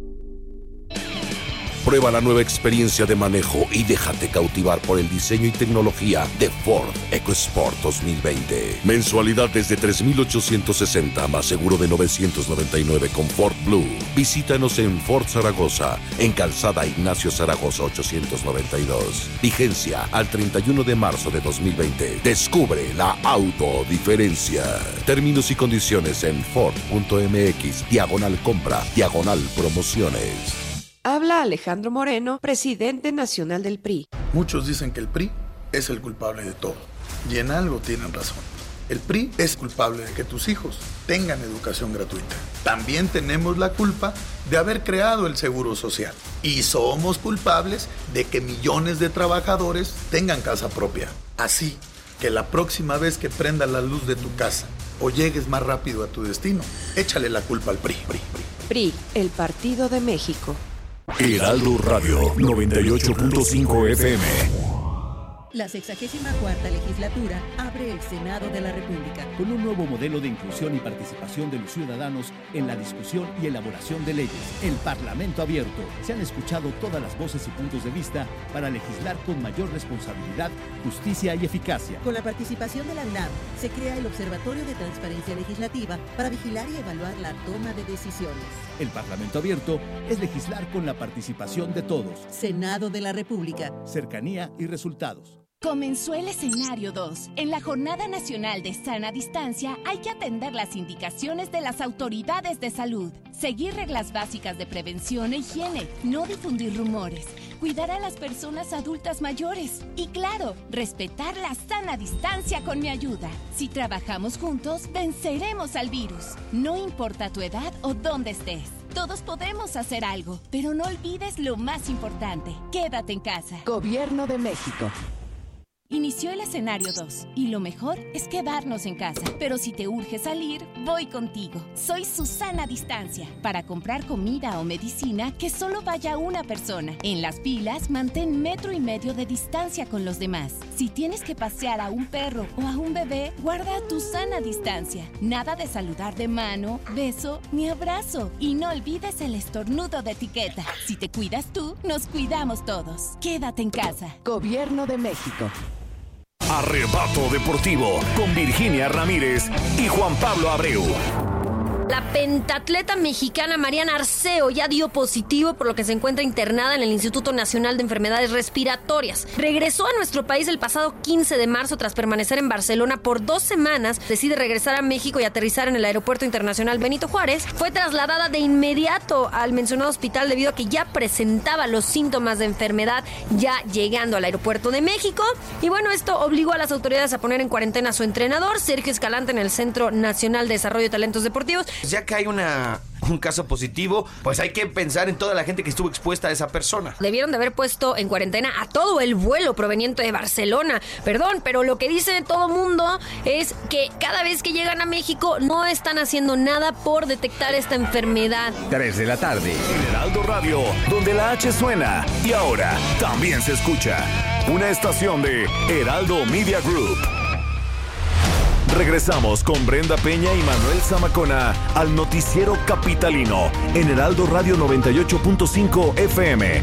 Prueba la nueva experiencia de manejo y déjate cautivar por el diseño y tecnología de Ford EcoSport dos mil veinte. Mensualidad desde tres mil ochocientos sesenta más seguro de novecientos noventa y nueve con Ford Blue. Visítanos en Ford Zaragoza, en Calzada Ignacio Zaragoza ochocientos noventa y dos. Vigencia al treinta y uno de marzo de dos mil veinte. Descubre la autodiferencia. Términos y condiciones en Ford punto M X, diagonal compra, diagonal promociones. Habla Alejandro Moreno, presidente nacional del P R I. Muchos dicen que el P R I es el culpable de todo, y en algo tienen razón. El P R I es culpable de que tus hijos tengan educación gratuita. También tenemos la culpa de haber creado el Seguro Social. Y somos culpables de que millones de trabajadores tengan casa propia. Así que la próxima vez que prenda la luz de tu casa o llegues más rápido a tu destino, échale la culpa al P R I. P R I, P R I, el Partido de México. Heraldo Radio noventa y ocho punto cinco F M. La sexagésima cuarta legislatura abre el Senado de la República con un nuevo modelo de inclusión y participación de los ciudadanos en la discusión y elaboración de leyes. El Parlamento abierto. Se han escuchado todas las voces y puntos de vista para legislar con mayor responsabilidad, justicia y eficacia. Con la participación de la UNAM, se crea el Observatorio de Transparencia Legislativa para vigilar y evaluar la toma de decisiones. El Parlamento abierto es legislar con la participación de todos. Senado de la República. Cercanía y resultados. Comenzó el escenario dos. En la Jornada Nacional de Sana Distancia hay que atender las indicaciones de las autoridades de salud, seguir reglas básicas de prevención e higiene, no difundir rumores, cuidar a las personas adultas mayores y, claro, respetar la sana distancia con mi ayuda. Si trabajamos juntos, venceremos al virus. No importa tu edad o dónde estés. Todos podemos hacer algo, pero no olvides lo más importante. Quédate en casa. Gobierno de México. Inició el escenario dos y lo mejor es quedarnos en casa. Pero si te urge salir, voy contigo. Soy Susana Distancia. Para comprar comida o medicina, que solo vaya una persona. En las filas, mantén metro y medio de distancia con los demás. Si tienes que pasear a un perro o a un bebé, guarda tu sana distancia. Nada de saludar de mano, beso ni abrazo. Y no olvides el estornudo de etiqueta. Si te cuidas tú, nos cuidamos todos. Quédate en casa. Gobierno de México. Arrebato Deportivo con Virginia Ramírez y Juan Pablo Abreu. La pentatleta mexicana Mariana Arceo ya dio positivo, por lo que se encuentra internada en el Instituto Nacional de Enfermedades Respiratorias. Regresó a nuestro país el pasado quince de marzo tras permanecer en Barcelona por dos semanas. Decide regresar a México y aterrizar en el Aeropuerto Internacional Benito Juárez. Fue trasladada de inmediato al mencionado hospital debido a que ya presentaba los síntomas de enfermedad ya llegando al Aeropuerto de México. Y bueno, esto obligó a las autoridades a poner en cuarentena a su entrenador, Sergio Escalante, en el Centro Nacional de Desarrollo de Talentos Deportivos. Ya que hay una, un caso positivo, pues hay que pensar en toda la gente que estuvo expuesta a esa persona. Debieron de haber puesto en cuarentena a todo el vuelo proveniente de Barcelona. Perdón, pero lo que dice todo mundo es que cada vez que llegan a México no están haciendo nada por detectar esta enfermedad. tres de la tarde. En Heraldo Radio, donde la H suena y ahora también se escucha. Una estación de Heraldo Media Group. Regresamos con Brenda Peña y Manuel Zamacona al noticiero capitalino en Heraldo Radio noventa y ocho punto cinco F M.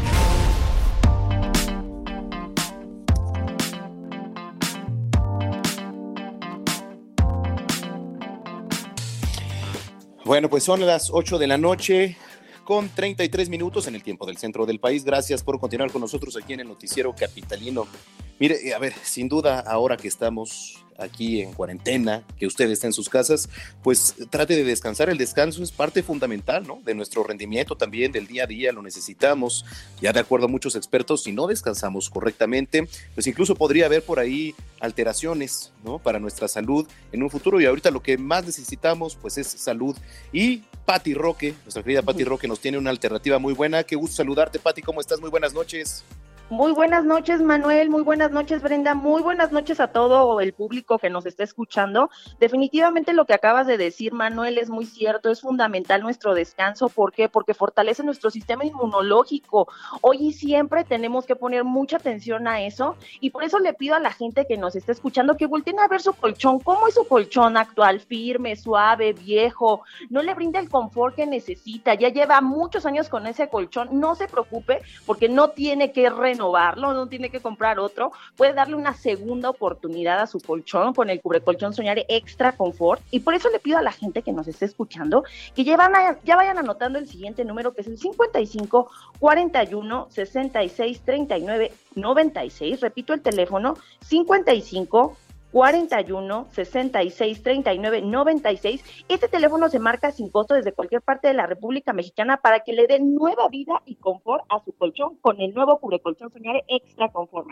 Bueno, pues son las ocho de la noche con treinta y tres minutos en el tiempo del centro del país. Gracias por continuar con nosotros aquí en el noticiero capitalino. Mire, a ver, sin duda, ahora que estamos aquí en cuarentena, que usted esté en sus casas, pues trate de descansar. El descanso es parte fundamental, ¿no?, de nuestro rendimiento también, del día a día, lo necesitamos. Ya de acuerdo a muchos expertos, si no descansamos correctamente, pues incluso podría haber por ahí alteraciones, ¿no?, para nuestra salud en un futuro, y ahorita lo que más necesitamos pues es salud. Y Pati Roque, nuestra querida Pati Roque, nos tiene una alternativa muy buena. Qué gusto saludarte, Pati, ¿cómo estás? Muy buenas noches. Muy buenas noches, Manuel, muy buenas noches, Brenda, muy buenas noches a todo el público que nos está escuchando. Definitivamente lo que acabas de decir, Manuel, es muy cierto, es fundamental nuestro descanso. ¿Por qué? Porque fortalece nuestro sistema inmunológico. Hoy y siempre tenemos que poner mucha atención a eso, y por eso le pido a la gente que nos está escuchando que volteen a ver su colchón. ¿Cómo es su colchón actual? Firme, suave, viejo, no le brinda el confort que necesita, ya lleva muchos años con ese colchón. No se preocupe, porque no tiene que renovar renovarlo, no tiene que comprar otro, puede darle una segunda oportunidad a su colchón con el cubrecolchón Soñare Extra Confort. Y por eso le pido a la gente que nos esté escuchando que ya, van a, ya vayan anotando el siguiente número, que es el cincuenta y cinco, cuarenta y uno, sesenta y seis, treinta y nueve, noventa y seis. Repito el teléfono, cincuenta y cinco, cuarenta y uno, sesenta y seis, treinta y nueve, noventa y seis. Este teléfono se marca sin costo desde cualquier parte de la República Mexicana para que le den nueva vida y confort a su colchón con el nuevo cubrecolchón Soñare Extra Confort.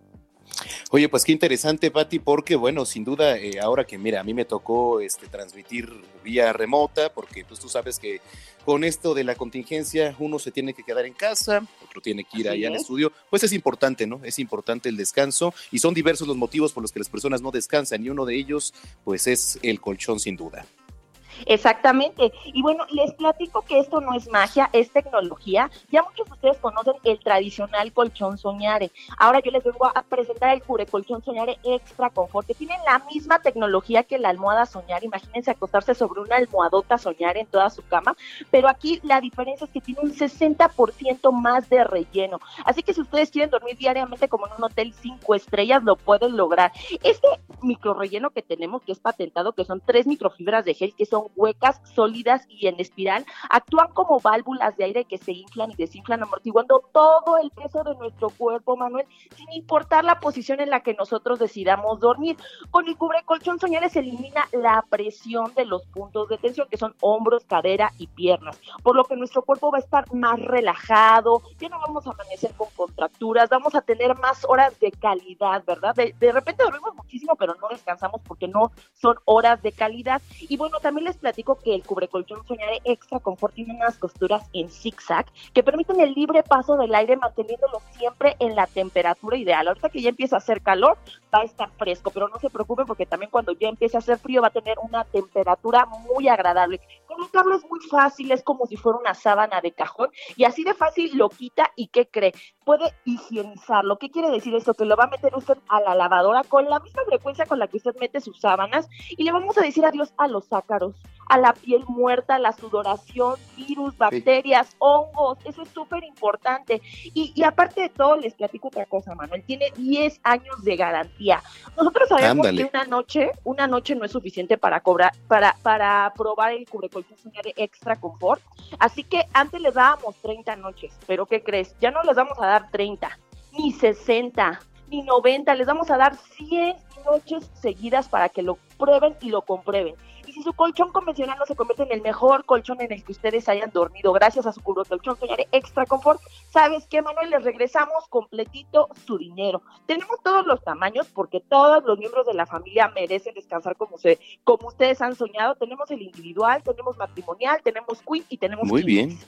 Oye, pues qué interesante, Pati, porque bueno, sin duda, eh, ahora que mira, a mí me tocó este, transmitir vía remota, porque pues tú sabes que con esto de la contingencia uno se tiene que quedar en casa, otro tiene que ir allá al estudio, pues es importante, ¿no? Es importante el descanso, y son diversos los motivos por los que las personas no descansan, y uno de ellos pues es el colchón, sin duda. Exactamente, y bueno, les platico que esto no es magia, es tecnología. Ya muchos de ustedes conocen el tradicional colchón Soñare. Ahora yo les vengo a presentar el cubrecolchón Soñare Extra Confort, que tiene la misma tecnología que la almohada Soñare. Imagínense acostarse sobre una almohadota Soñare en toda su cama, pero aquí la diferencia es que tiene un sesenta por ciento más de relleno. Así que si ustedes quieren dormir diariamente como en un hotel cinco estrellas, lo pueden lograr. Este micro relleno que tenemos, que es patentado, que son tres microfibras de gel, que son huecas, sólidas y en espiral, actúan como válvulas de aire que se inflan y desinflan, amortiguando todo el peso de nuestro cuerpo, Manuel, sin importar la posición en la que nosotros decidamos dormir. Con el cubrecolchón Soñare se elimina la presión de los puntos de tensión, que son hombros, cadera y piernas, por lo que nuestro cuerpo va a estar más relajado, ya no vamos a amanecer con contracturas, vamos a tener más horas de calidad, ¿verdad? De, de repente dormimos muchísimo, pero no descansamos porque no son horas de calidad. Y bueno, también les platico que el cubrecolchón Soñare Extra Confort tiene unas costuras en zigzag que permiten el libre paso del aire, manteniéndolo siempre en la temperatura ideal. Ahorita que ya empieza a hacer calor, va a estar fresco, pero no se preocupen porque también cuando ya empiece a hacer frío va a tener una temperatura muy agradable. Colocarlo es muy fácil, es como si fuera una sábana de cajón, y así de fácil lo quita. ¿Y qué cree? Puede higienizarlo. ¿Qué quiere decir esto? Que lo va a meter usted a la lavadora con la misma frecuencia con la que usted mete sus sábanas, y le vamos a decir adiós a los ácaros, a la piel muerta, la sudoración, virus, bacterias, sí, hongos. Eso es súper importante. Y, y aparte de todo, les platico otra cosa, Manuel. Tiene diez años de garantía. Nosotros sabemos Ándale. que una noche, una noche no es suficiente para cobrar, para, para probar el cubrecolchón Soñare Extra Confort. Así que antes les dábamos treinta noches. Pero ¿qué crees? Ya no les vamos a dar treinta, ni sesenta, ni noventa. Les vamos a dar cien noches seguidas para que lo prueben y lo comprueben. Y si su colchón convencional no se convierte en el mejor colchón en el que ustedes hayan dormido gracias a su cubrecolchón Soñare Extra Confort, ¿sabes qué, Manuel? Les regresamos completito su dinero. Tenemos todos los tamaños porque todos los miembros de la familia merecen descansar como se, como ustedes han soñado. Tenemos el individual, tenemos matrimonial, tenemos queen y tenemos Muy king. bien.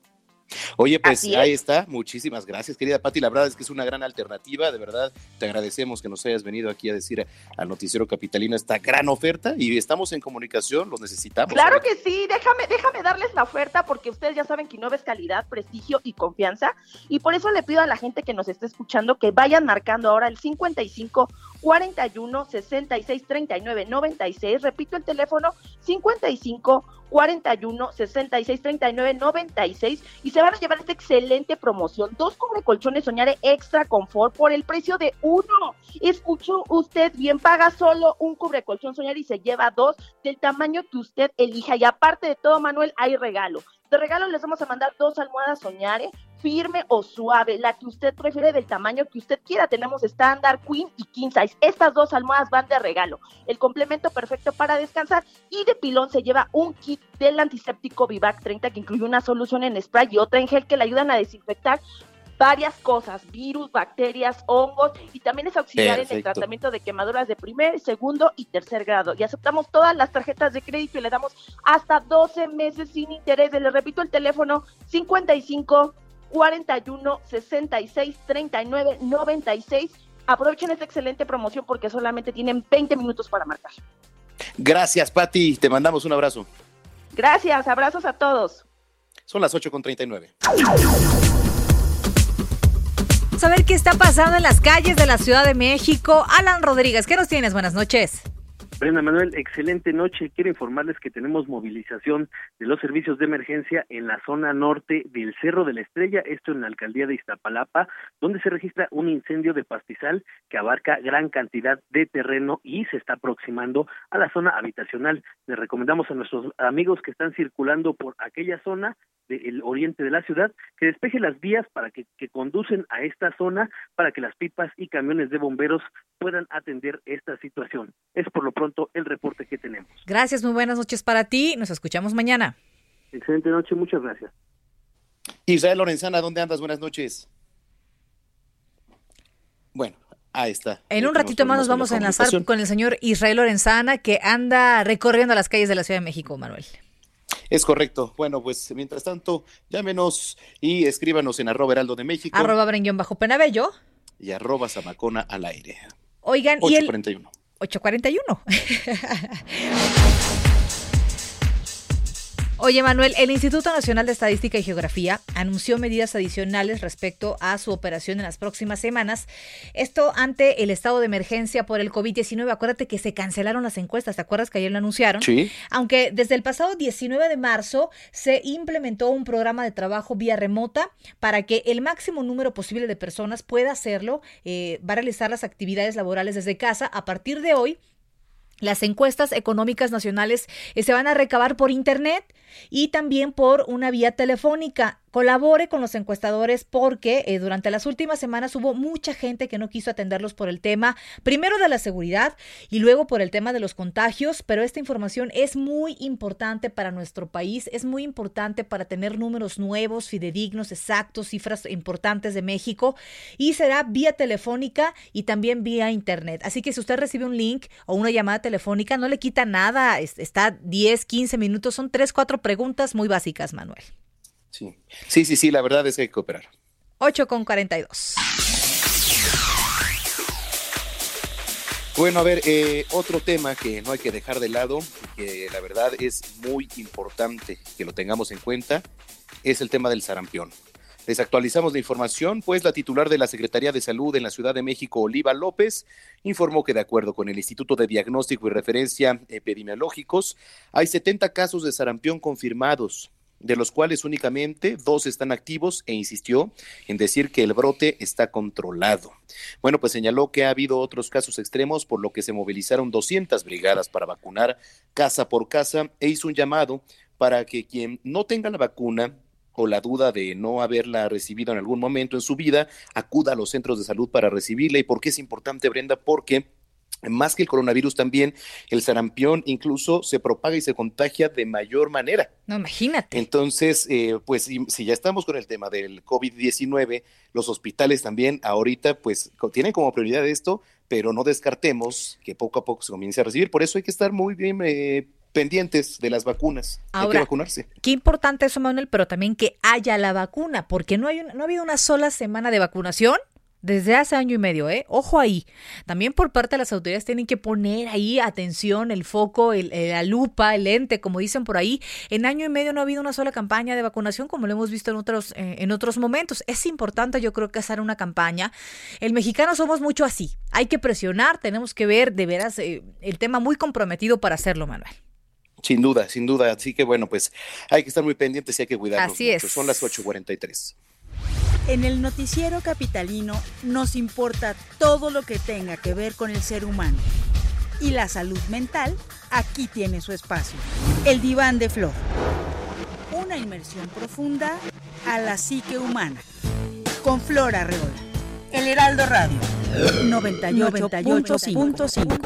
Oye, pues ahí está, muchísimas gracias, querida Pati, la verdad es que es una gran alternativa, de verdad, te agradecemos que nos hayas venido aquí a decir al Noticiero Capitalino esta gran oferta, y estamos en comunicación, los necesitamos. Claro ¿verdad? que sí, déjame, déjame darles la oferta, porque ustedes ya saben que Innova es calidad, prestigio y confianza, y por eso le pido a la gente que nos esté escuchando que vayan marcando ahora el cincuenta y cinco, cuarenta y uno, sesenta y seis, treinta y nueve, noventa y seis, repito el teléfono, cincuenta y cinco, cuarenta y uno, sesenta y seis, treinta y nueve, noventa y seis, y se van a llevar esta excelente promoción, dos cubrecolchones Soñare Extra Confort por el precio de uno. Escuchó usted bien, paga solo un cubrecolchón Soñare y se lleva dos del tamaño que usted elija, y aparte de todo, Manuel, hay regalo. De regalo les vamos a mandar dos almohadas Soñare, firme o suave, la que usted prefiere, del tamaño que usted quiera. Tenemos estándar, queen y king size. Estas dos almohadas van de regalo. El complemento perfecto para descansar, y de pilón se lleva un kit del antiséptico Vivac treinta, que incluye una solución en spray y otra en gel que le ayudan a desinfectar varias cosas, virus, bacterias, hongos, y también es auxiliar Perfecto. en el tratamiento de quemaduras de primer, segundo y tercer grado. Y aceptamos todas las tarjetas de crédito y le damos hasta doce meses sin interés. Les repito el teléfono: cincuenta y cinco, cuarenta y uno, sesenta y seis, treinta y nueve, noventa y seis. Aprovechen esta excelente promoción porque solamente tienen veinte minutos para marcar. Gracias, Pati. Te mandamos un abrazo. Gracias, abrazos a todos. Son las ocho con treinta y nueve. A ver qué está pasando en las calles de la Ciudad de México. Alan Rodríguez, ¿qué nos tienes? Buenas noches. Brenda Manuel, excelente noche. Quiero informarles que tenemos movilización de los servicios de emergencia en la zona norte del Cerro de la Estrella, esto en la alcaldía de Iztapalapa, donde se registra un incendio de pastizal que abarca gran cantidad de terreno y se está aproximando a la zona habitacional. Les recomendamos a nuestros amigos que están circulando por aquella zona del oriente de la ciudad que despeje las vías para que, que conducen a esta zona, para que las pipas y camiones de bomberos puedan atender esta situación. Es por lo pronto el reporte que tenemos. Gracias, muy buenas noches para ti. Nos escuchamos mañana. Excelente noche, muchas gracias. Israel Lorenzana, ¿dónde andas? Buenas noches. Bueno, ahí está. En un ratito más nos vamos a enlazar con el señor Israel Lorenzana, que anda recorriendo las calles de la Ciudad de México, Manuel. Es correcto. Bueno, pues mientras tanto, llámenos y escríbanos en arroba heraldo de México. Arroba Brenguión bajo Penabello. Y arroba Zamacona al aire. Oigan, ocho y el... cuarenta y uno. ocho cuarenta y uno. Oye, Manuel, el Instituto Nacional de Estadística y Geografía anunció medidas adicionales respecto a su operación en las próximas semanas. Esto ante el estado de emergencia por el covid diecinueve. Acuérdate que se cancelaron las encuestas, ¿te acuerdas que ayer lo anunciaron? Sí. Aunque desde el pasado diecinueve de marzo se implementó un programa de trabajo vía remota para que el máximo número posible de personas pueda hacerlo, eh, va a realizar las actividades laborales desde casa. A partir de hoy, las encuestas económicas nacionales eh, se van a recabar por internet y también por una vía telefónica. Colabore con los encuestadores porque eh, durante las últimas semanas hubo mucha gente que no quiso atenderlos por el tema, primero de la seguridad y luego por el tema de los contagios, pero esta información es muy importante para nuestro país, es muy importante para tener números nuevos, fidedignos, exactos, cifras importantes de México, y será vía telefónica y también vía internet. Así que si usted recibe un link o una llamada telefónica, no le quita nada, está diez, quince minutos, son tres, cuatro preguntas muy básicas, Manuel. Sí, sí, sí, sí, la verdad es que hay que cooperar. ocho con cuarenta y dos. Bueno, a ver, eh, otro tema que no hay que dejar de lado, que la verdad es muy importante que lo tengamos en cuenta, es el tema del sarampión. Les actualizamos la información, pues la titular de la Secretaría de Salud en la Ciudad de México, Oliva López, informó que de acuerdo con el Instituto de Diagnóstico y Referencia Epidemiológicos, hay setenta casos de sarampión confirmados, de los cuales únicamente dos están activos, e insistió en decir que el brote está controlado. Bueno, pues señaló que ha habido otros casos extremos, por lo que se movilizaron doscientas brigadas para vacunar casa por casa, e hizo un llamado para que quien no tenga la vacuna o la duda de no haberla recibido en algún momento en su vida, acuda a los centros de salud para recibirla. ¿Y por qué es importante, Brenda? Porque más que el coronavirus, también el sarampión incluso se propaga y se contagia de mayor manera. No, imagínate. Entonces, eh, pues si, si ya estamos con el tema del covid diecinueve, los hospitales también ahorita pues tienen como prioridad esto, pero no descartemos que poco a poco se comience a recibir. Por eso hay que estar muy bien eh, pendientes de las vacunas. Ahora, hay que vacunarse. Qué importante eso, Manuel, pero también que haya la vacuna, porque no, hay un, no ha habido una sola semana de vacunación desde hace año y medio, ¿eh? Ojo ahí. También por parte de las autoridades tienen que poner ahí atención, el foco, el, el, la lupa, el lente, como dicen por ahí. En año y medio no ha habido una sola campaña de vacunación, como lo hemos visto en otros, eh, en otros momentos. Es importante, yo creo, que hacer una campaña. El mexicano somos mucho así. Hay que presionar, tenemos que ver de veras eh, el tema muy comprometido para hacerlo, Manuel. Sin duda, sin duda. Así que bueno, pues hay que estar muy pendientes y hay que cuidarnos. Así mucho. es. Son las ocho cuarenta y tres. En el noticiero capitalino nos importa todo lo que tenga que ver con el ser humano. Y la salud mental aquí tiene su espacio. El diván de Flor. Un una inmersión profunda a la psique humana. Con Flor Arreola. El Heraldo Radio. noventa y ocho punto cinco.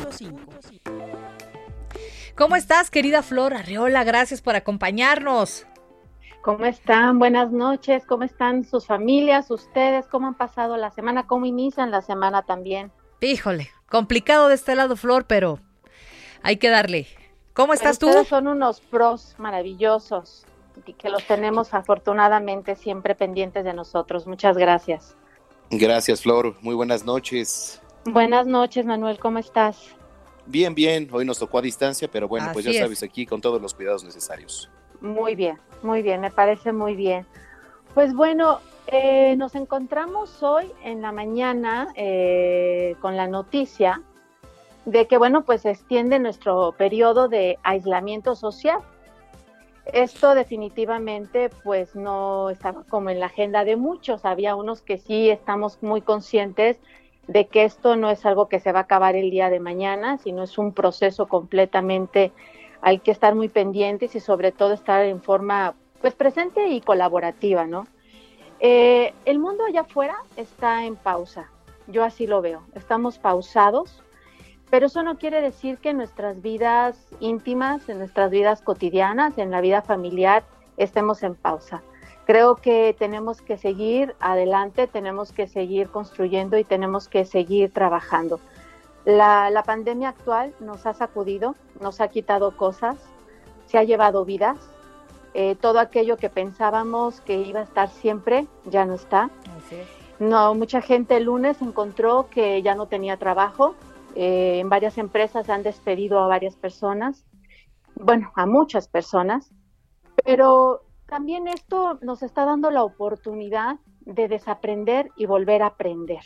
¿Cómo estás, querida Flor Arreola? Gracias por acompañarnos. ¿Cómo están? Buenas noches. ¿Cómo están sus familias, ustedes? ¿Cómo han pasado la semana? ¿Cómo inician la semana también? Híjole, complicado de este lado, Flor, pero hay que darle. ¿Cómo estás tú? Ustedes son unos pros maravillosos y que los tenemos afortunadamente siempre pendientes de nosotros. Muchas gracias. Gracias, Flor. Muy buenas noches. Buenas noches, Manuel. ¿Cómo estás? Bien, bien. Hoy nos tocó a distancia, pero bueno, pues ya Así es. sabes, aquí con todos los cuidados necesarios. Muy bien, muy bien. Me parece muy bien. Pues bueno, eh, nos encontramos hoy en la mañana eh, con la noticia de que, bueno, pues se extiende nuestro periodo de aislamiento social. Esto definitivamente pues no estaba como en la agenda de muchos. Había unos que sí estamos muy conscientes de que esto no es algo que se va a acabar el día de mañana, sino es un proceso completamente al que estar muy pendientes y sobre todo estar en forma pues presente y colaborativa, ¿no? Eh, el mundo allá afuera está en pausa, yo así lo veo, estamos pausados. Pero eso no quiere decir que en nuestras vidas íntimas, en nuestras vidas cotidianas, en la vida familiar, estemos en pausa. Creo que tenemos que seguir adelante, tenemos que seguir construyendo y tenemos que seguir trabajando. La, la pandemia actual nos ha sacudido, nos ha quitado cosas, se ha llevado vidas. Eh, todo aquello que pensábamos que iba a estar siempre, ya no está. Así es. No, mucha gente el lunes encontró que ya no tenía trabajo. Eh, en varias empresas han despedido a varias personas, bueno, a muchas personas, pero también esto nos está dando la oportunidad de desaprender y volver a aprender.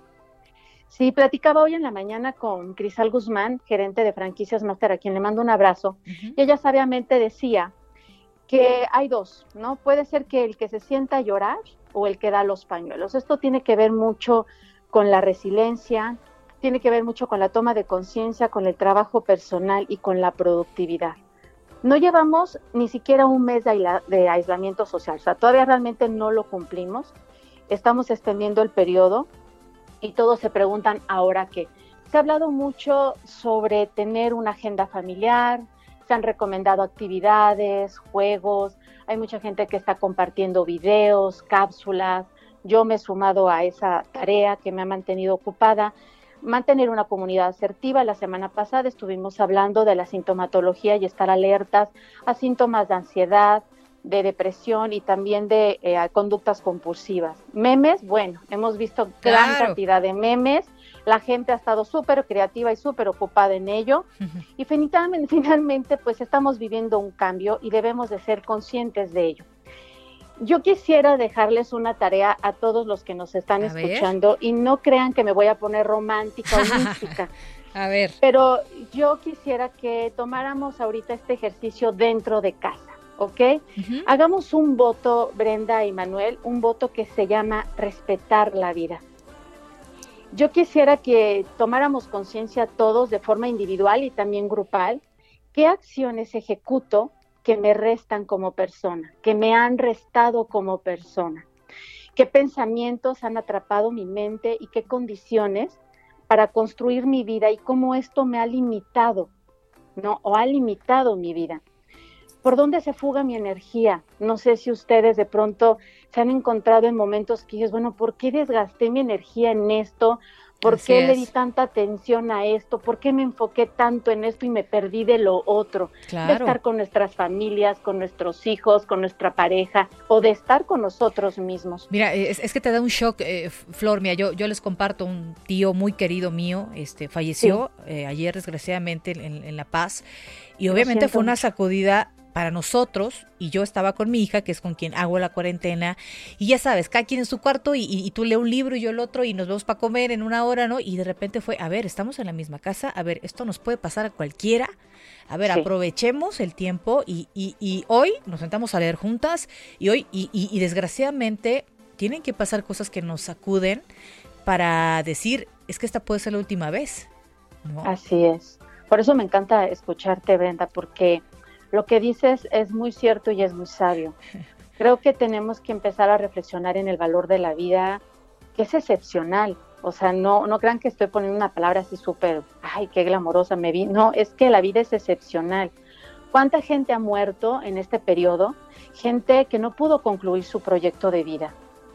Sí, platicaba hoy en la mañana con Crisal Guzmán, gerente de Franquicias Master, a quien le mando un abrazo, uh-huh. y ella sabiamente decía que hay dos, ¿no? Puede ser que el que se sienta a llorar o el que da los pañuelos. Esto tiene que ver mucho con la resiliencia, tiene que ver mucho con la toma de conciencia, con el trabajo personal y con la productividad. No llevamos ni siquiera un mes de, aisla- de aislamiento social, o sea, todavía realmente no lo cumplimos, estamos extendiendo el periodo y todos se preguntan, ¿ahora qué? Se ha hablado mucho sobre tener una agenda familiar, se han recomendado actividades, juegos, hay mucha gente que está compartiendo videos, cápsulas, yo me he sumado a esa tarea que me ha mantenido ocupada. Mantener una comunidad asertiva. La semana pasada estuvimos hablando de la sintomatología y estar alertas a síntomas de ansiedad, de depresión y también de eh, conductas compulsivas. Memes, bueno, hemos visto gran Claro. cantidad de memes, la gente ha estado súper creativa y súper ocupada en ello y finalmente, finalmente pues estamos viviendo un cambio y debemos de ser conscientes de ello. Yo quisiera dejarles una tarea a todos los que nos están A ver. escuchando y no crean que me voy a poner romántica o mística. A ver. Pero yo quisiera que tomáramos ahorita este ejercicio dentro de casa, ¿ok? Uh-huh. Hagamos un voto, Brenda y Manuel, un voto que se llama respetar la vida. Yo quisiera que tomáramos conciencia todos de forma individual y también grupal, qué acciones ejecuto que me restan como persona, que me han restado como persona, qué pensamientos han atrapado mi mente y qué condiciones para construir mi vida y cómo esto me ha limitado, ¿no? O ha limitado mi vida. ¿Por dónde se fuga mi energía? No sé si ustedes de pronto se han encontrado en momentos que dices, bueno, ¿por qué desgasté mi energía en esto? ¿Por Así qué le es. di tanta atención a esto? ¿Por qué me enfoqué tanto en esto y me perdí de lo otro? Claro. De estar con nuestras familias, con nuestros hijos, con nuestra pareja o de estar con nosotros mismos. Mira, es, es que te da un shock, eh, Flor. Mira, yo, yo les comparto, un tío muy querido mío, este, falleció sí. eh, ayer desgraciadamente en, en La Paz y obviamente fue una sacudida para nosotros, y yo estaba con mi hija, que es con quien hago la cuarentena, y ya sabes, cada quien en su cuarto, y, y, y tú lees un libro y yo el otro, y nos vemos para comer en una hora, ¿no? Y de repente fue, a ver, estamos en la misma casa, a ver, esto nos puede pasar a cualquiera, a ver, sí. aprovechemos el tiempo, y, y, y hoy nos sentamos a leer juntas, y hoy, y, y, y desgraciadamente, tienen que pasar cosas que nos sacuden para decir, es que esta puede ser la última vez, ¿no? Así es. Por eso me encanta escucharte, Brenda, porque lo que dices es muy cierto y es muy sabio. Creo que tenemos que empezar a reflexionar en el valor de la vida, que es excepcional. O sea, no, no crean que estoy poniendo una palabra así súper, ay, qué glamorosa me vi. No, es que la vida es excepcional. ¿Cuánta gente ha muerto en este periodo? Gente que no pudo concluir su proyecto de vida.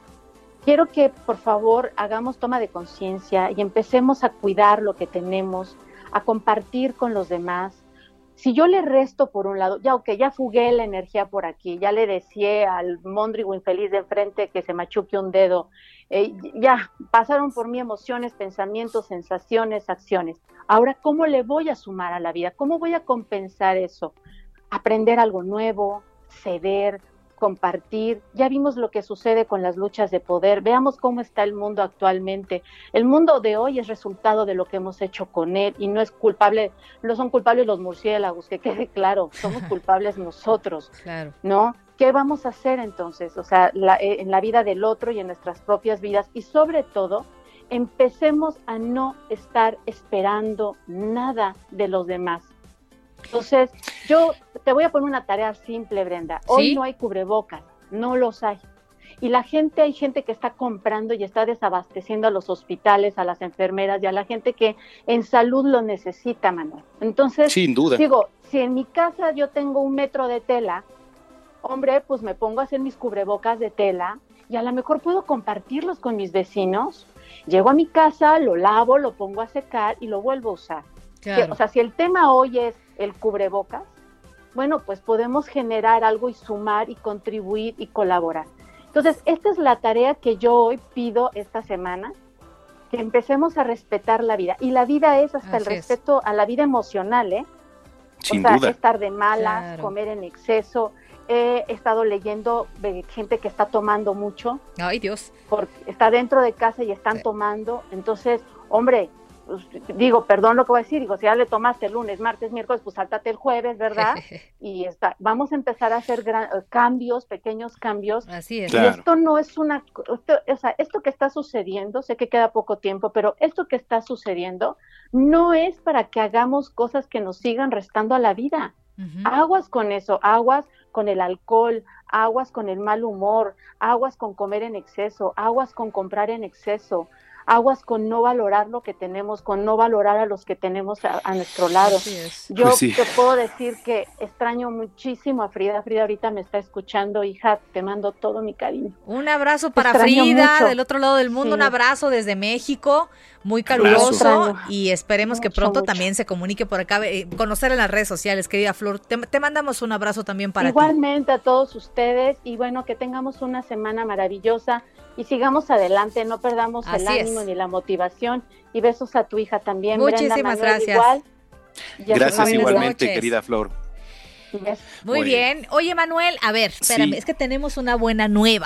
Quiero que, por favor, hagamos toma de conciencia y empecemos a cuidar lo que tenemos, a compartir con los demás. Si yo le resto por un lado, ya ok, ya fugué la energía por aquí, ya le decía al móndrigo infeliz de enfrente que se machuque un dedo, eh, ya pasaron por mí emociones, pensamientos, sensaciones, acciones. Ahora, ¿cómo le voy a sumar a la vida? ¿Cómo voy a compensar eso? Aprender algo nuevo, ceder, compartir. Ya vimos lo que sucede con las luchas de poder. Veamos cómo está el mundo actualmente. El mundo de hoy es resultado de lo que hemos hecho con él y no es culpable, no son culpables los murciélagos, que quede claro, somos culpables nosotros, claro. ¿no? ¿Qué vamos a hacer entonces? O sea, la, en la vida del otro y en nuestras propias vidas y sobre todo, empecemos a no estar esperando nada de los demás. Entonces, yo te voy a poner una tarea simple, Brenda. Hoy ¿Sí? no hay cubrebocas, no los hay. Y la gente, hay gente que está comprando y está desabasteciendo a los hospitales, a las enfermeras y a la gente que en salud lo necesita, Manuel. Entonces, sin duda. digo, si en mi casa yo tengo un metro de tela, hombre, pues me pongo a hacer mis cubrebocas de tela y a lo mejor puedo compartirlos con mis vecinos. Llego a mi casa, lo lavo, lo pongo a secar y lo vuelvo a usar. Claro. Que, o sea, si el tema hoy es el cubrebocas, bueno, pues podemos generar algo y sumar y contribuir y colaborar. Entonces, esta es la tarea que yo hoy pido esta semana, que empecemos a respetar la vida. Y la vida es hasta Así el es. respeto a la vida emocional, ¿eh? Sin o sea, duda. estar de malas, Claro. comer en exceso. He estado leyendo de gente que está tomando mucho, Ay, Dios. porque está dentro de casa y están tomando. Entonces, hombre, pues, digo, perdón lo que voy a decir, digo, si ya le tomaste el lunes, martes, miércoles, pues sáltate el jueves, ¿verdad? Y está, vamos a empezar a hacer gran, cambios, pequeños cambios. Así es. Y Claro. esto no es una, esto, o sea, esto que está sucediendo, sé que queda poco tiempo, pero esto que está sucediendo no es para que hagamos cosas que nos sigan restando a la vida. Ujú. Aguas con eso, aguas con el alcohol, aguas con el mal humor, aguas con comer en exceso, aguas con comprar en exceso, aguas con no valorar lo que tenemos, con no valorar a los que tenemos a, a nuestro lado. Así es. Yo Pues sí. te puedo decir que extraño muchísimo a Frida. Frida ahorita me está escuchando, hija, te mando todo mi cariño. Un abrazo para extraño Frida, mucho. del otro lado del mundo, Sí. un abrazo desde México, muy Abrazo. caluroso Extraño. y esperemos que Mucho, pronto mucho. también se comunique por acá, eh, conocer en las redes sociales, querida Flor. Te, te mandamos un abrazo también para ti. Igualmente a todos ustedes y bueno, que tengamos una semana maravillosa y sigamos adelante, no perdamos el Así ánimo es. ni la motivación y besos a tu hija también, Muchísimas Brenda, Manuel, gracias. igual, y a su Gracias familia. igualmente, noches. querida Flor. Yes. Muy Bueno. bien. Oye, Manuel, a ver, espérame, Sí. es que tenemos una buena nueva.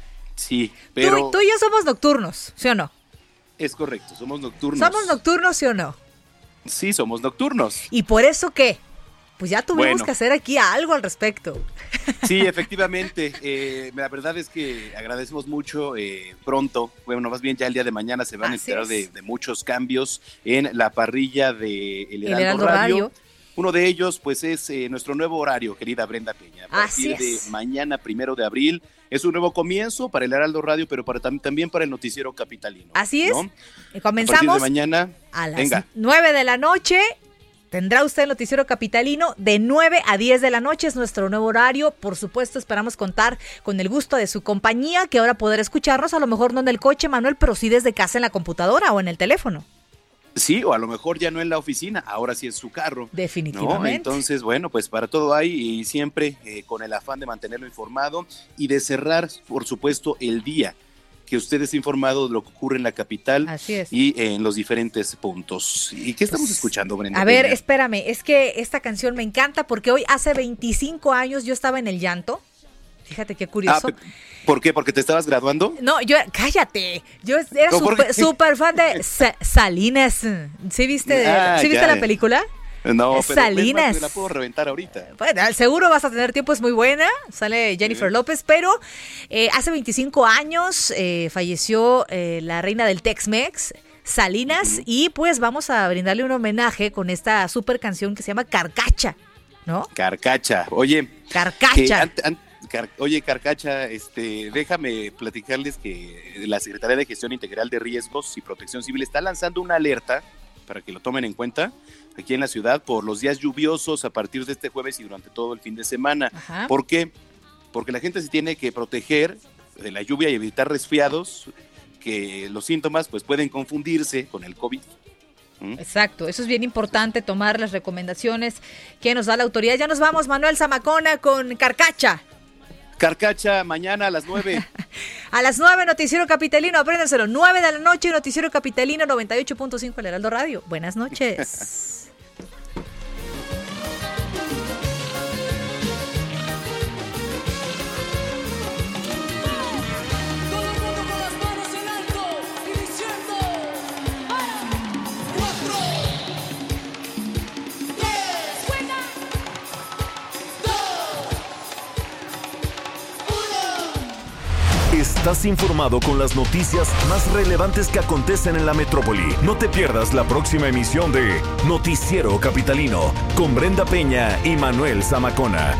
Sí, pero Tú, tú y yo somos nocturnos, ¿sí o no? es correcto, somos nocturnos. ¿Somos nocturnos, sí o no? Sí, somos nocturnos. ¿Y por eso qué? Pues ya tuvimos Bueno. que hacer aquí algo al respecto. Sí, efectivamente. Eh, la verdad es que agradecemos mucho eh, pronto, bueno, más bien ya el día de mañana se van a Así enterar de, es. de muchos cambios en la parrilla de El Heraldo, Heraldo Radio. Radio. Uno de ellos, pues, es eh, nuestro nuevo horario, querida Brenda Peña. A Así partir de es. mañana, primero de abril, es un nuevo comienzo para el Heraldo Radio, pero para, tam- también para el noticiero capitalino. Así es. ¿no? Y A partir comenzamos de mañana, a las venga. nueve de la noche. Tendrá usted el noticiero capitalino de nueve a diez de la noche, es nuestro nuevo horario. Por supuesto, esperamos contar con el gusto de su compañía, que ahora poder escucharnos, a lo mejor no en el coche, Manuel, pero sí desde casa en la computadora o en el teléfono. Sí, o a lo mejor ya no en la oficina, ahora sí en su carro. Definitivamente. ¿no? Entonces, bueno, pues para todo hay y siempre eh, con el afán de mantenerlo informado y de cerrar, por supuesto, el día que usted esté informado de lo que ocurre en la capital Así es. y eh, en los diferentes puntos. ¿Y qué estamos escuchando, Brenda? A ver, Peña? espérame, es que esta canción me encanta porque hoy hace veinticinco años yo estaba en el llanto. Fíjate qué Ah, curioso. pe- ¿por qué? ¿Porque te estabas graduando? No, yo, cállate, yo era No, ¿por súper qué? súper fan de Sa- Salinas. ¿Sí viste, Ah, ¿sí viste ya. la película? No, pero Salinas. es más, la puedo reventar ahorita. Bueno, al seguro vas a tener tiempo, es muy buena. Sale Jennifer López, pero eh, hace veinticinco años eh, falleció eh, la reina del Tex-Mex, Salinas, y pues vamos a brindarle un homenaje con esta super canción que se llama Carcacha. ¿no? Carcacha. Oye. Carcacha. An, an, car, oye, Carcacha, este, déjame platicarles que la Secretaría de Gestión Integral de Riesgos y Protección Civil está lanzando una alerta para que lo tomen en cuenta aquí en la ciudad por los días lluviosos a partir de este jueves y durante todo el fin de semana. Ajá. ¿Por qué? Porque la gente se tiene que proteger de la lluvia y evitar resfriados, que los síntomas pues pueden confundirse con el COVID. ¿Mm? Exacto, eso es bien importante, tomar las recomendaciones que nos da la autoridad. Ya nos vamos, Manuel Zamacona, con Carcacha. Carcacha, mañana a las nueve. A las nueve, Noticiero Capitalino, apréndenselo, nueve de la noche, Noticiero Capitalino noventa y ocho punto cinco, El Heraldo Radio. Buenas noches. Estás informado con las noticias más relevantes que acontecen en la metrópoli. No te pierdas la próxima emisión de Noticiero Capitalino con Brenda Peña y Manuel Zamacona.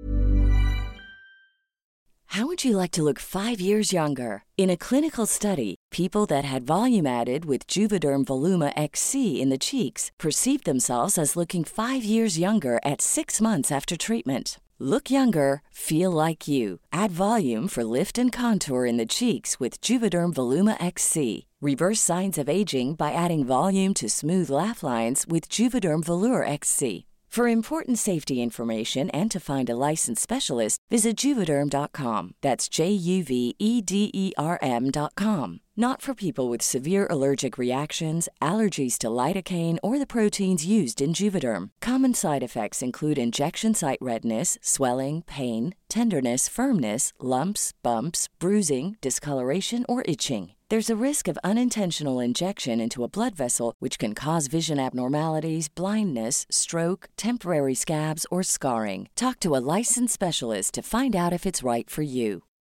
How would you like to look five years younger? In a clinical study, people that had volume added with Juvederm Voluma X C in the cheeks perceived themselves as looking five years younger at six months after treatment. Look younger, feel like you. Add volume for lift and contour in the cheeks with Juvederm Voluma X C. Reverse signs of aging by adding volume to smooth laugh lines with Juvederm Volure X C. For important safety information and to find a licensed specialist, visit Juvederm dot com. That's J U V E D E R M dot com. Not for people with severe allergic reactions, allergies to lidocaine, or the proteins used in Juvederm. Common side effects include injection site redness, swelling, pain, tenderness, firmness, lumps, bumps, bruising, discoloration, or itching. There's a risk of unintentional injection into a blood vessel, which can cause vision abnormalities, blindness, stroke, temporary scabs, or scarring. Talk to a licensed specialist to find out if it's right for you.